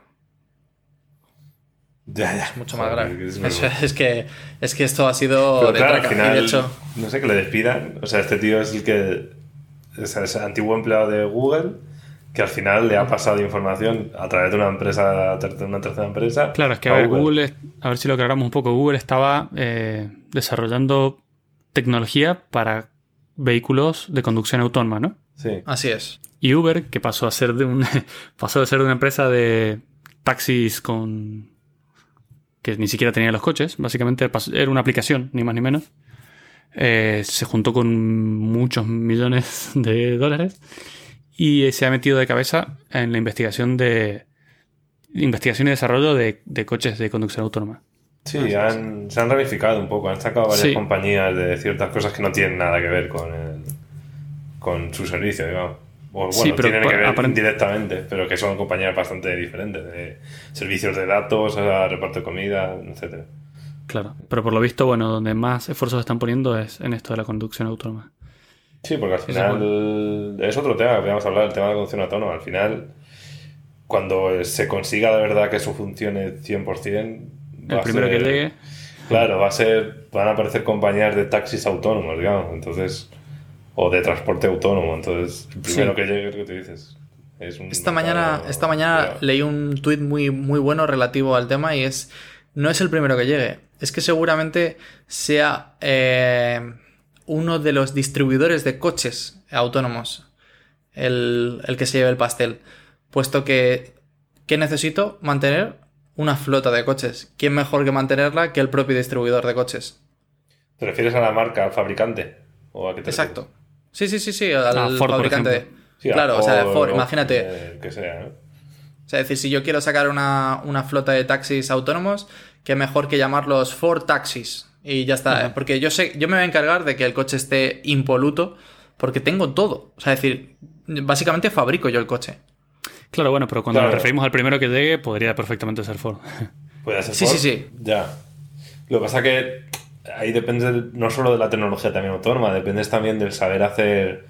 S2: Ya, ya.
S3: Mucho
S2: Joder,
S3: más grave.
S2: que es
S3: Eso
S2: verdad.
S3: es que, es que esto ha sido
S2: Pero
S3: de
S2: claro, al
S3: traca. Y
S2: final,
S3: de hecho,
S2: no sé, que le despidan. O sea, este tío es el que... O sea, es antiguo empleado de Google, que al final le ha pasado información a través de una empresa, de una tercera empresa.
S1: Claro, es que a ver, Google, es- a ver si lo aclaramos un poco, Google estaba eh, desarrollando tecnología para vehículos de conducción autónoma, ¿no?
S2: Sí.
S3: así es.
S1: Y Uber, que pasó a ser de un pasó de ser de una empresa de taxis con que ni siquiera tenía los coches, básicamente pasó- era una aplicación, ni más ni menos. Eh, se juntó con muchos millones de dólares y se ha metido de cabeza en la investigación de investigación y desarrollo de, de coches de conducción autónoma.
S2: Sí, han, se han ramificado un poco. Han sacado varias
S1: Sí.
S2: compañías de ciertas cosas que no tienen nada que ver con el, con su servicio, digamos. O bueno,
S1: Sí, pero
S2: tienen que ver
S1: aparent-
S2: indirectamente, pero que son compañías bastante diferentes. De servicios de datos, a reparto de comida, etcétera.
S1: Claro, pero por lo visto, bueno, donde más esfuerzos están poniendo es en esto de la conducción autónoma.
S2: Sí, porque al
S1: Eso
S2: final es otro tema que podríamos hablar, el tema de la conducción autónoma. Al final, cuando se consiga de verdad que eso funcione cien por ciento,
S1: El primero que llegue.
S2: Claro, va a ser, van a aparecer compañías de taxis autónomos, digamos, entonces, o de transporte autónomo, entonces, el primero
S1: Sí.
S2: que llegue es lo que tú dices. Es un
S3: Esta mañana,
S2: mercado-
S3: esta mañana
S2: Cuidado.
S3: leí un tuit muy, muy bueno relativo al tema y es, no es el primero que llegue, es que seguramente sea eh, uno de los distribuidores de coches autónomos el, el que se lleve el pastel, puesto que, ¿qué necesito? Mantener una flota de coches. ¿Quién mejor que mantenerla que el propio distribuidor de coches?
S2: ¿Te refieres a la marca, al fabricante? ¿O a qué te
S3: Exacto. Sí, sí, sí, sí, al
S1: Ah, Ford, por
S3: fabricante de...
S1: ejemplo.
S2: refieres? Sí, a
S3: claro, o sea,
S2: Ford,
S3: Ford,
S2: o,
S3: imagínate.
S2: eh, que sea, ¿no?
S3: O sea, es decir, si yo quiero sacar una, una flota de taxis autónomos, qué mejor que llamarlos Ford Taxis. Y ya está, ¿eh? Porque yo sé, yo me voy a encargar de que el coche esté impoluto, porque tengo todo. O sea, es decir, básicamente fabrico yo el coche.
S1: Claro, bueno, pero cuando
S2: Claro.
S1: nos referimos al primero que llegue, podría perfectamente ser Ford.
S2: ¿Puede ser
S3: Sí,
S2: Ford?
S3: sí, sí.
S2: Ya. Lo que pasa es que ahí depende del- no solo de la tecnología también autónoma, depende también del saber hacer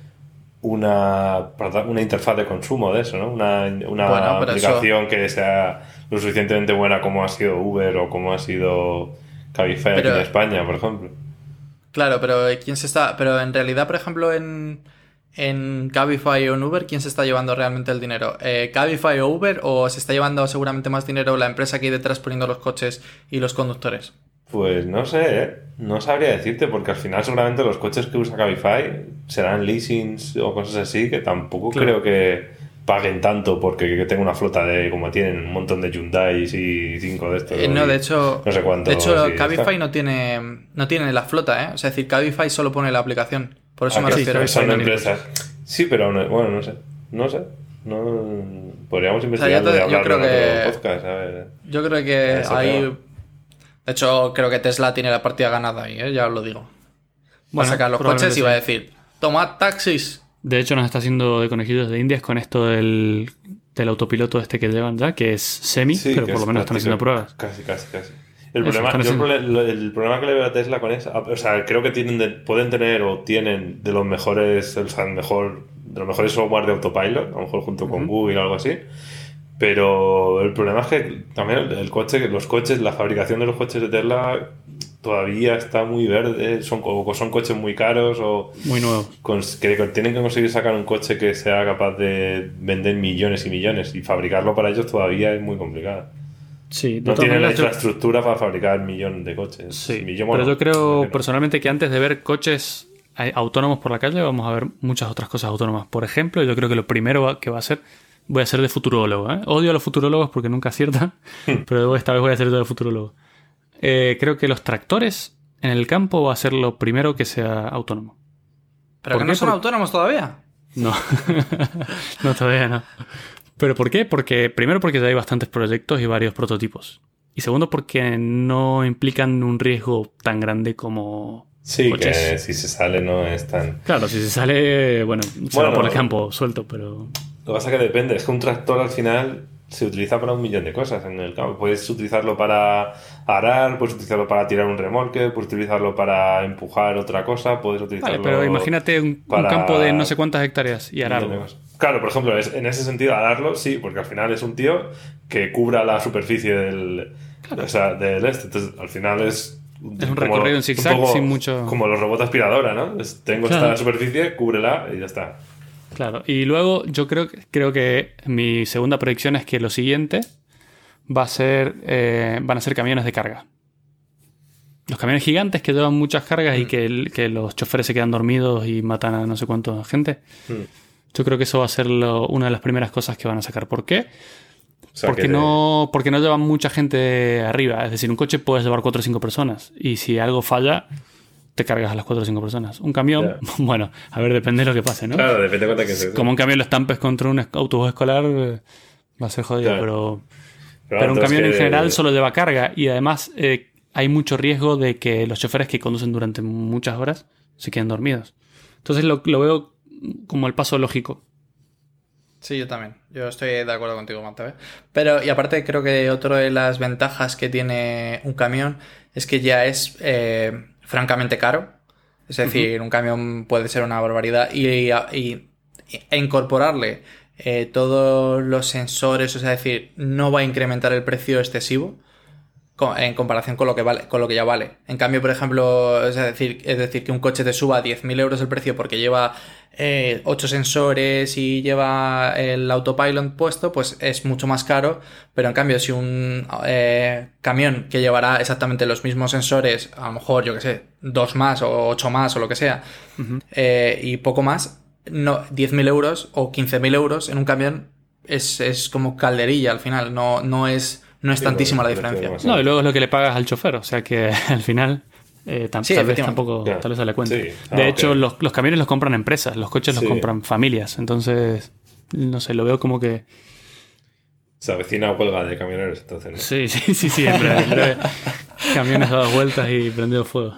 S2: una, una interfaz de consumo de eso, ¿no? Una, una
S3: Bueno, pero
S2: aplicación que sea lo suficientemente buena como ha sido Uber o como ha sido Cabify aquí
S3: Pero-
S2: en España, por ejemplo.
S3: Claro, pero ¿quién se está...? Pero en realidad, por ejemplo, en, en Cabify o en Uber, ¿quién se está llevando realmente el dinero? Eh, ¿Cabify o Uber o se está llevando seguramente más dinero la empresa que hay detrás poniendo los coches y los conductores?
S2: Pues no sé, ¿eh? No sabría decirte, porque al final seguramente los coches que usa Cabify serán leasings o cosas así, que tampoco
S1: Claro.
S2: creo que paguen tanto porque que tenga una flota de, como tienen, un montón de Hyundai y cinco de estos.
S3: Eh, no,
S2: y
S3: de hecho,
S2: no sé cuánto.
S3: de hecho
S2: sí,
S3: Cabify
S2: está.
S3: no tiene, no tiene la flota, ¿eh? O sea, es decir, Cabify solo pone la aplicación. Por eso
S2: Ah,
S3: me
S2: que
S3: refiero.
S2: son
S1: no
S2: empresas. Sí, pero no- bueno, no sé. No sé. No, podríamos investigar
S3: yo te-
S2: y
S3: yo
S2: hablarlo
S3: creo
S2: en
S3: que-
S2: otro podcast. A ver.
S3: Yo creo que
S2: Eso
S3: hay...
S2: creo.
S3: De hecho, creo que Tesla tiene la partida ganada ahí, ¿eh? Ya os lo digo. Va a
S1: Bueno,
S3: sacar los
S1: probablemente
S3: coches y va a
S1: sí.
S3: decir, tomad taxis.
S1: De hecho, nos está haciendo de conejillos de indias con esto del, del autopiloto este que llevan ya, que es semi,
S2: Sí,
S1: pero
S2: que
S1: por lo
S2: es
S1: menos están haciendo
S2: práctico.
S1: pruebas.
S2: Casi, casi, casi. El
S1: Eso,
S2: problema,
S1: están
S2: yo el,
S1: haciendo-
S2: prole- el problema que le veo a Tesla con eso, o sea, creo que tienen de- pueden tener o tienen de los mejores, o sea, el mejor, de los mejores software de autopilot, a lo mejor junto con Google o algo así. Pero el problema es que también el, el coche, los coches, la fabricación de los coches de Tesla todavía está muy verde, son, o son coches muy caros o
S1: Muy nuevo.
S2: cons- que tienen que conseguir sacar un coche que sea capaz de vender millones y millones y fabricarlo para ellos todavía es muy complicado.
S1: Sí, de
S2: No
S1: todas
S2: tienen la
S1: maneras, yo-
S2: infraestructura para fabricar millón de coches.
S1: Sí,
S2: Millón,
S1: pero
S2: bueno,
S1: yo creo
S2: imagino.
S1: personalmente que antes de ver coches eh, autónomos por la calle vamos a ver muchas otras cosas autónomas. Por ejemplo, yo creo que lo primero va- que va a ser, voy a ser de futurólogo. ¿eh? Odio a los futurólogos porque nunca aciertan, pero esta vez voy a ser yo de futurólogo. Eh, creo que los tractores en el campo va a ser lo primero que sea autónomo.
S3: ¿Pero que no son
S1: Por...
S3: autónomos todavía?
S1: No, no todavía no. ¿Pero por qué? Porque primero porque ya hay bastantes proyectos y varios prototipos. Y segundo porque no implican un riesgo tan grande como
S2: Sí,
S1: coches.
S2: Que si se sale no es tan...
S1: Claro, si se sale, bueno, se
S2: bueno,
S1: va por el campo suelto, pero...
S2: Lo que pasa es que depende. Es que un tractor al final se utiliza para un millón de cosas en el campo. Puedes utilizarlo para arar, puedes utilizarlo para tirar un remolque, puedes utilizarlo para empujar otra cosa, puedes utilizarlo...
S1: Vale, pero imagínate un, un campo de no sé cuántas hectáreas y ararlo.
S2: Claro, por ejemplo, es, en ese sentido, ararlo, sí, porque al final es un tío que cubra la superficie del, claro. o sea, del este. Entonces, al final es...
S1: Es un recorrido en zigzag sin mucho...
S2: Como los robots aspiradora, ¿no? Es, tengo claro. esta superficie, cúbrela y ya está.
S1: Claro, y luego yo creo, creo que mi segunda predicción es que lo siguiente va a ser, eh, van a ser camiones de carga. Los camiones gigantes que llevan muchas cargas mm. y que, que los choferes se quedan dormidos y matan a no sé cuánta gente. Mm. Yo creo que eso va a ser lo, una de las primeras cosas que van a sacar. ¿Por qué? O sea, porque, no, porque no llevan mucha gente arriba. Es decir, un coche puedes llevar cuatro o cinco personas. Y si algo falla, te cargas a las cuatro o cinco personas. Un camión, yeah. bueno, a ver, depende de lo que pase, ¿no?
S2: Claro, depende de cuánto que se...
S1: Como un camión lo estampes contra un autobús escolar, va a ser jodido. Claro. Pero, pero, pero un camión que... en general solo lleva carga. Y además eh, hay mucho riesgo de que los choferes que conducen durante muchas horas se queden dormidos. Entonces lo, lo veo como el paso lógico.
S3: Sí, yo también. Yo estoy de acuerdo contigo, Mateo. Pero, y aparte, creo que otra de las ventajas que tiene un camión es que ya es eh, francamente caro. Es decir, uh-huh. un camión puede ser una barbaridad. Y, y, y e incorporarle eh, todos los sensores, o sea, es decir, no va a incrementar el precio excesivo en comparación con lo que vale, con lo que ya vale. En cambio, por ejemplo, es decir, es decir que un coche te suba a diez mil euros el precio porque lleva eh, ocho sensores y lleva el autopilot puesto, pues es mucho más caro. Pero en cambio, si un eh, camión que llevará exactamente los mismos sensores, a lo mejor, yo que sé, dos más o ocho más o lo que sea, uh-huh. eh, y poco más, no, diez mil euros o quince mil euros en un camión es, es como calderilla al final, no, no es... No es sí, tantísima la diferencia.
S1: No, y luego es lo que le pagas al chofer. O sea que al final eh, tam-
S3: sí,
S1: tal vez tampoco yeah. tal vez se le cuenta.
S2: Sí. Ah,
S1: de
S2: okay.
S1: hecho, los, los camiones los compran empresas, los coches
S2: sí.
S1: los compran familias. Entonces, no sé, lo veo como que...
S2: Se avecina huelga de camioneros, entonces, ¿no?
S1: Sí, sí, sí, sí. En breve, en breve. Camiones dados vueltas y prendido fuego.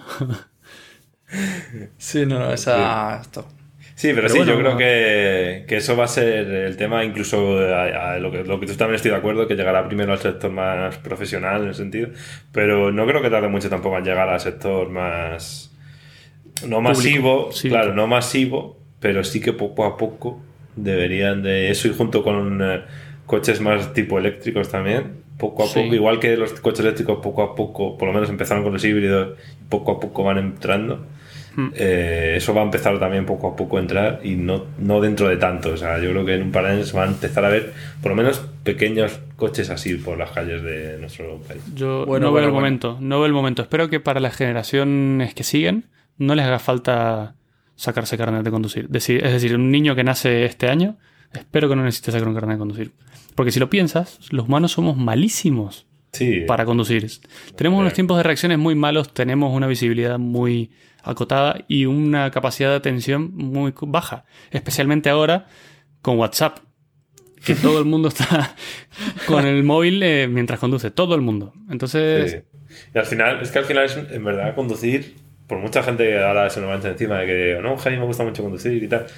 S3: Sí, no, no, esa... Esto.
S2: Sí, pero, pero sí, bueno, yo creo que, que eso va a ser el tema, incluso a, a lo, que, lo que tú también estoy de acuerdo, que llegará primero al sector más profesional en ese sentido, pero no creo que tarde mucho tampoco en llegar al sector más... No masivo, sí, claro, no masivo, pero sí que poco a poco deberían de... Eso y junto con eh, coches más tipo eléctricos también, poco a sí. poco, igual que los coches eléctricos poco a poco, por lo menos empezaron con los híbridos, poco a poco van entrando. Eh, eso va a empezar también poco a poco a entrar y no, no dentro de tanto. O sea, yo creo que en un par de años van a empezar a ver por lo menos pequeños coches así por las calles de nuestro país.
S1: Yo bueno, no veo bueno, el bueno. momento, no veo el momento. Espero que para las generaciones que siguen no les haga falta sacarse carnet de conducir. Es decir, un niño que nace este año, espero que no necesite sacar un carnet de conducir. Porque si lo piensas, los humanos somos malísimos
S2: sí.
S1: para conducir. Tenemos unos tiempos de reacciones muy malos, tenemos una visibilidad muy acotada y una capacidad de atención muy baja, especialmente ahora con WhatsApp, que todo el mundo está con el móvil eh, mientras conduce, todo el mundo. Entonces
S2: sí. Y al final, es que al final es en verdad conducir, por mucha gente ahora se nos va encima de que no, a mí me gusta mucho conducir y tal,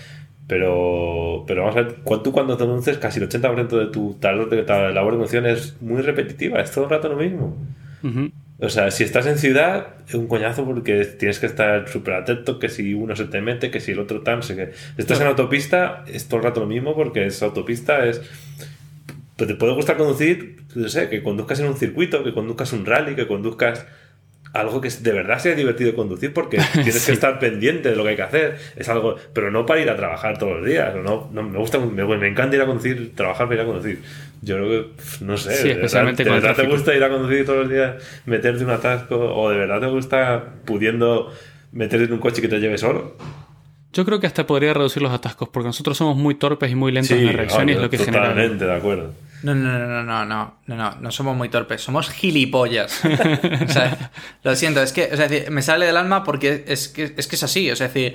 S2: pero pero vamos a ver, tú cuando te conduces casi el ochenta por ciento de tu labor de, de labor de conducción es muy repetitiva, es todo el rato lo mismo. Uh-huh. O sea, si estás en ciudad, es un coñazo porque tienes que estar súper atento, que si uno se te mete, que si el otro tam, que si estás en autopista, es todo el rato lo mismo porque es autopista, es... Pero te puede gustar conducir, no sé, que conduzcas en un circuito, que conduzcas un rally, que conduzcas algo que de verdad sea divertido conducir porque tienes sí. que estar pendiente de lo que hay que hacer, es algo, pero no para ir a trabajar todos los días, no, no me gusta, me, me encanta ir a conducir, trabajar para ir a conducir. Yo creo que, no sé,
S1: sí, especialmente
S2: ¿de verdad, ¿de verdad te gusta ir a conducir todos los días, meterte un atasco o de verdad te gusta pudiendo meterte en un coche que te lleve solo?
S1: Yo creo que hasta podría reducir los atascos porque nosotros somos muy torpes y muy lentos sí, en la reacción obvio, y es lo que genera.
S2: Totalmente de acuerdo.
S3: No, no, no, no, no, no, no, no, no somos muy torpes, somos gilipollas. O sea, lo siento, es que, o sea, me sale del alma porque es que es, que es así, o sea, es decir,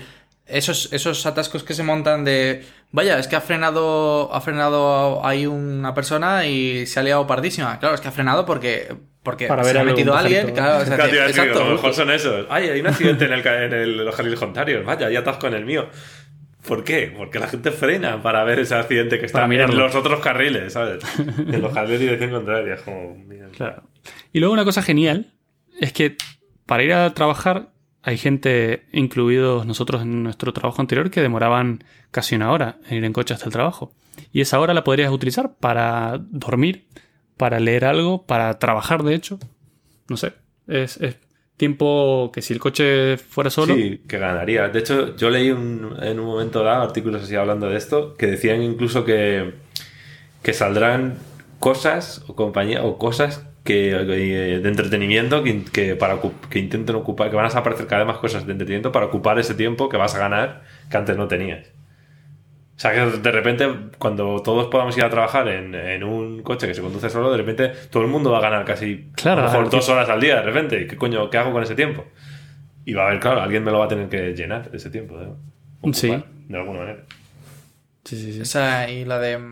S3: esos, esos atascos que se montan de, vaya, es que ha frenado, ha frenado ahí una persona y se ha liado pardísima. Claro, es que ha frenado porque, porque
S1: Para
S3: se
S1: ver
S3: ha
S1: algo,
S3: metido
S1: un
S3: alguien.
S1: pajarito.
S3: Claro, es decir,
S2: Claro, te iba a decir,
S3: exacto.
S2: a lo mejor son esos. Ay, hay un accidente en, el, ca- en el- los carriles contrarios. Vaya, hay atasco en el mío. ¿Por qué? Porque la gente frena para ver ese accidente que está
S1: Para
S2: en
S1: mirarlo.
S2: los otros carriles, ¿sabes? En los carriles de dirección contraria. Es como, mira,
S1: Claro. Y luego una cosa genial es que para ir a trabajar hay gente, incluidos nosotros en nuestro trabajo anterior, que demoraban casi una hora en ir en coche hasta el trabajo. Y esa hora la podrías utilizar para dormir, para leer algo, para trabajar, de hecho. No sé. Es, es tiempo que si el coche fuera solo...
S2: Sí, que ganaría. De hecho, yo leí un- en un momento dado artículos así hablando de esto, que decían incluso que, que saldrán cosas o compañía o cosas que, que- de entretenimiento que, que para ocu- que intenten ocupar, que van a aparecer cada vez más cosas de entretenimiento para ocupar ese tiempo que vas a ganar que antes no tenías. O sea, que de repente, cuando todos podamos ir a trabajar en, en un coche que se conduce solo, de repente todo el mundo va a ganar casi
S1: Claro,
S2: a lo mejor
S1: claro.
S2: dos horas al día de repente. ¿Y qué coño, qué hago con ese tiempo? Y va a haber, claro, alguien me lo va a tener que llenar ese tiempo, ¿no? Ocupar,
S1: Sí.
S2: de alguna manera.
S1: Sí, sí, sí.
S3: Esa y la de...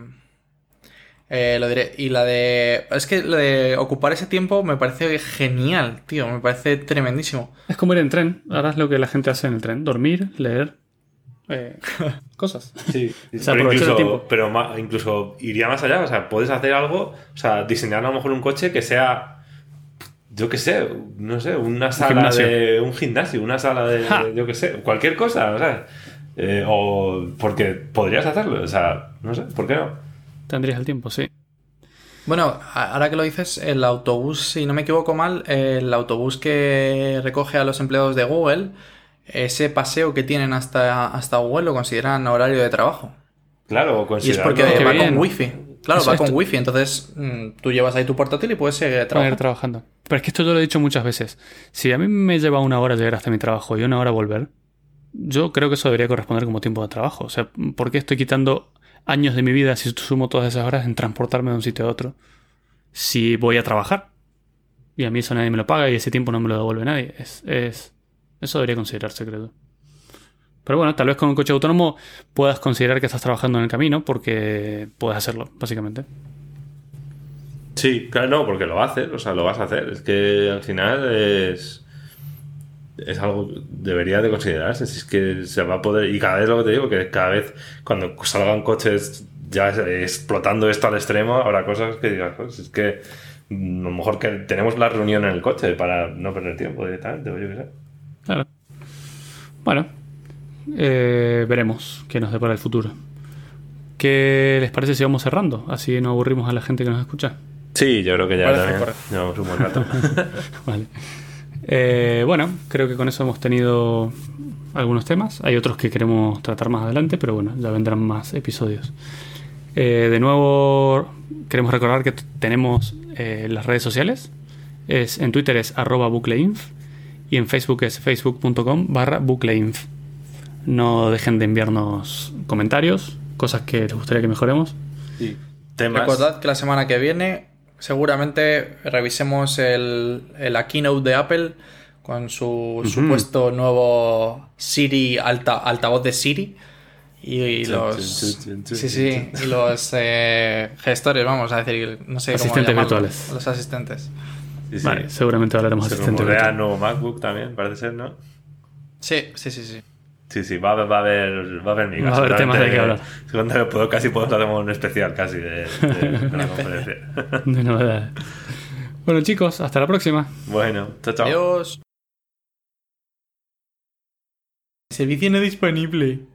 S3: Eh, lo diré. Y la de... Es que lo de ocupar ese tiempo me parece genial, tío. Me parece tremendísimo.
S1: Es como ir en tren. Harás lo que la gente hace en el tren. Dormir, leer, eh, cosas.
S2: Sí,
S1: O sea,
S2: pero,
S1: aprovechar el
S2: incluso,
S1: tiempo.
S2: pero ma- incluso iría más allá. O sea, puedes hacer algo, o sea, diseñar a lo mejor un coche que sea, yo qué sé, no sé, una sala
S1: gimnasio.
S2: de un gimnasio, una sala de,
S1: Ja.
S2: yo qué sé, cualquier cosa, o sea, eh, o porque podrías hacerlo, o sea, no sé, ¿por qué no?
S1: Tendrías el tiempo, sí.
S3: Bueno, a- ahora que lo dices, el autobús, si no me equivoco mal, el autobús que recoge a los empleados de Google, ese paseo que tienen hasta, hasta Google lo consideran horario de trabajo.
S2: Claro, o
S3: Y es
S2: considerarlo-
S3: porque
S1: Qué
S3: va
S1: bien.
S3: con wifi. Claro,
S1: Eso
S3: va
S1: es
S3: con
S1: to-
S3: wifi, entonces mm, tú llevas ahí tu portátil y puedes seguir
S1: Poner
S3: trabajando.
S1: trabajando. Pero es que esto yo lo he dicho muchas veces. Si a mí me lleva una hora llegar hasta mi trabajo y una hora volver, yo creo que eso debería corresponder como tiempo de trabajo. O sea, ¿por qué estoy quitando años de mi vida si sumo todas esas horas en transportarme de un sitio a otro? Si voy a trabajar. Y a mí eso nadie me lo paga y ese tiempo no me lo devuelve nadie. Es, es, eso debería considerarse, creo yo. Pero bueno, tal vez con un coche autónomo puedas considerar que estás trabajando en el camino porque puedes hacerlo, básicamente.
S2: Sí, claro, no, porque lo haces, o sea, lo vas a hacer. Es que al final es. Es algo que debería de considerarse. Si es que se va a poder. Y cada vez lo que te digo, que cada vez cuando salgan coches ya es- explotando esto al extremo, habrá cosas que digas, pues es que mm, a lo mejor que tenemos la reunión en el coche para no perder tiempo directamente, o yo qué sé.
S1: Claro. Bueno, eh, veremos qué nos depara el futuro. ¿Qué les parece si vamos cerrando? Así no aburrimos a la gente que nos escucha.
S2: Sí, yo creo que ya
S3: Parece
S2: también
S3: correcto.
S2: llevamos un buen rato.
S1: Vale. Eh, bueno, creo que con eso hemos tenido algunos temas. Hay otros que queremos tratar más adelante, pero bueno, ya vendrán más episodios. Eh, de nuevo, queremos recordar que t- tenemos eh, las redes sociales. Es, en Twitter es arroba bucleinf y en Facebook es facebook.com barra bucleinf. No dejen de enviarnos comentarios, cosas que les gustaría que mejoremos.
S2: Sí. Temas.
S3: Recordad que la semana que viene seguramente revisemos el, el- la keynote de Apple con su supuesto nuevo Siri, alta, altavoz de Siri y, y
S2: Chun,
S3: los
S2: chun, chun, chun,
S3: sí, sí, y los eh, gestores, vamos a decir, no sé cómo
S1: Asistentes
S3: llamarlo,
S1: virtuales.
S3: los asistentes.
S2: Sí, sí.
S1: Vale, seguramente hablaremos de
S2: Se
S1: asistentes
S2: rumorea
S1: virtuales.
S2: nuevo MacBook también, parece ser, ¿no?
S3: Sí, sí, sí, sí.
S2: Sí, sí, va a haber, va a haber, va a haber migas.
S1: Va a haber temas de qué hablar.
S2: Seguramente puedo, casi podemos hacer un especial casi de, de- de la conferencia.
S1: De novedades. Bueno, chicos, hasta la próxima.
S2: Bueno, chao, chao.
S3: Adiós. Servicio no disponible.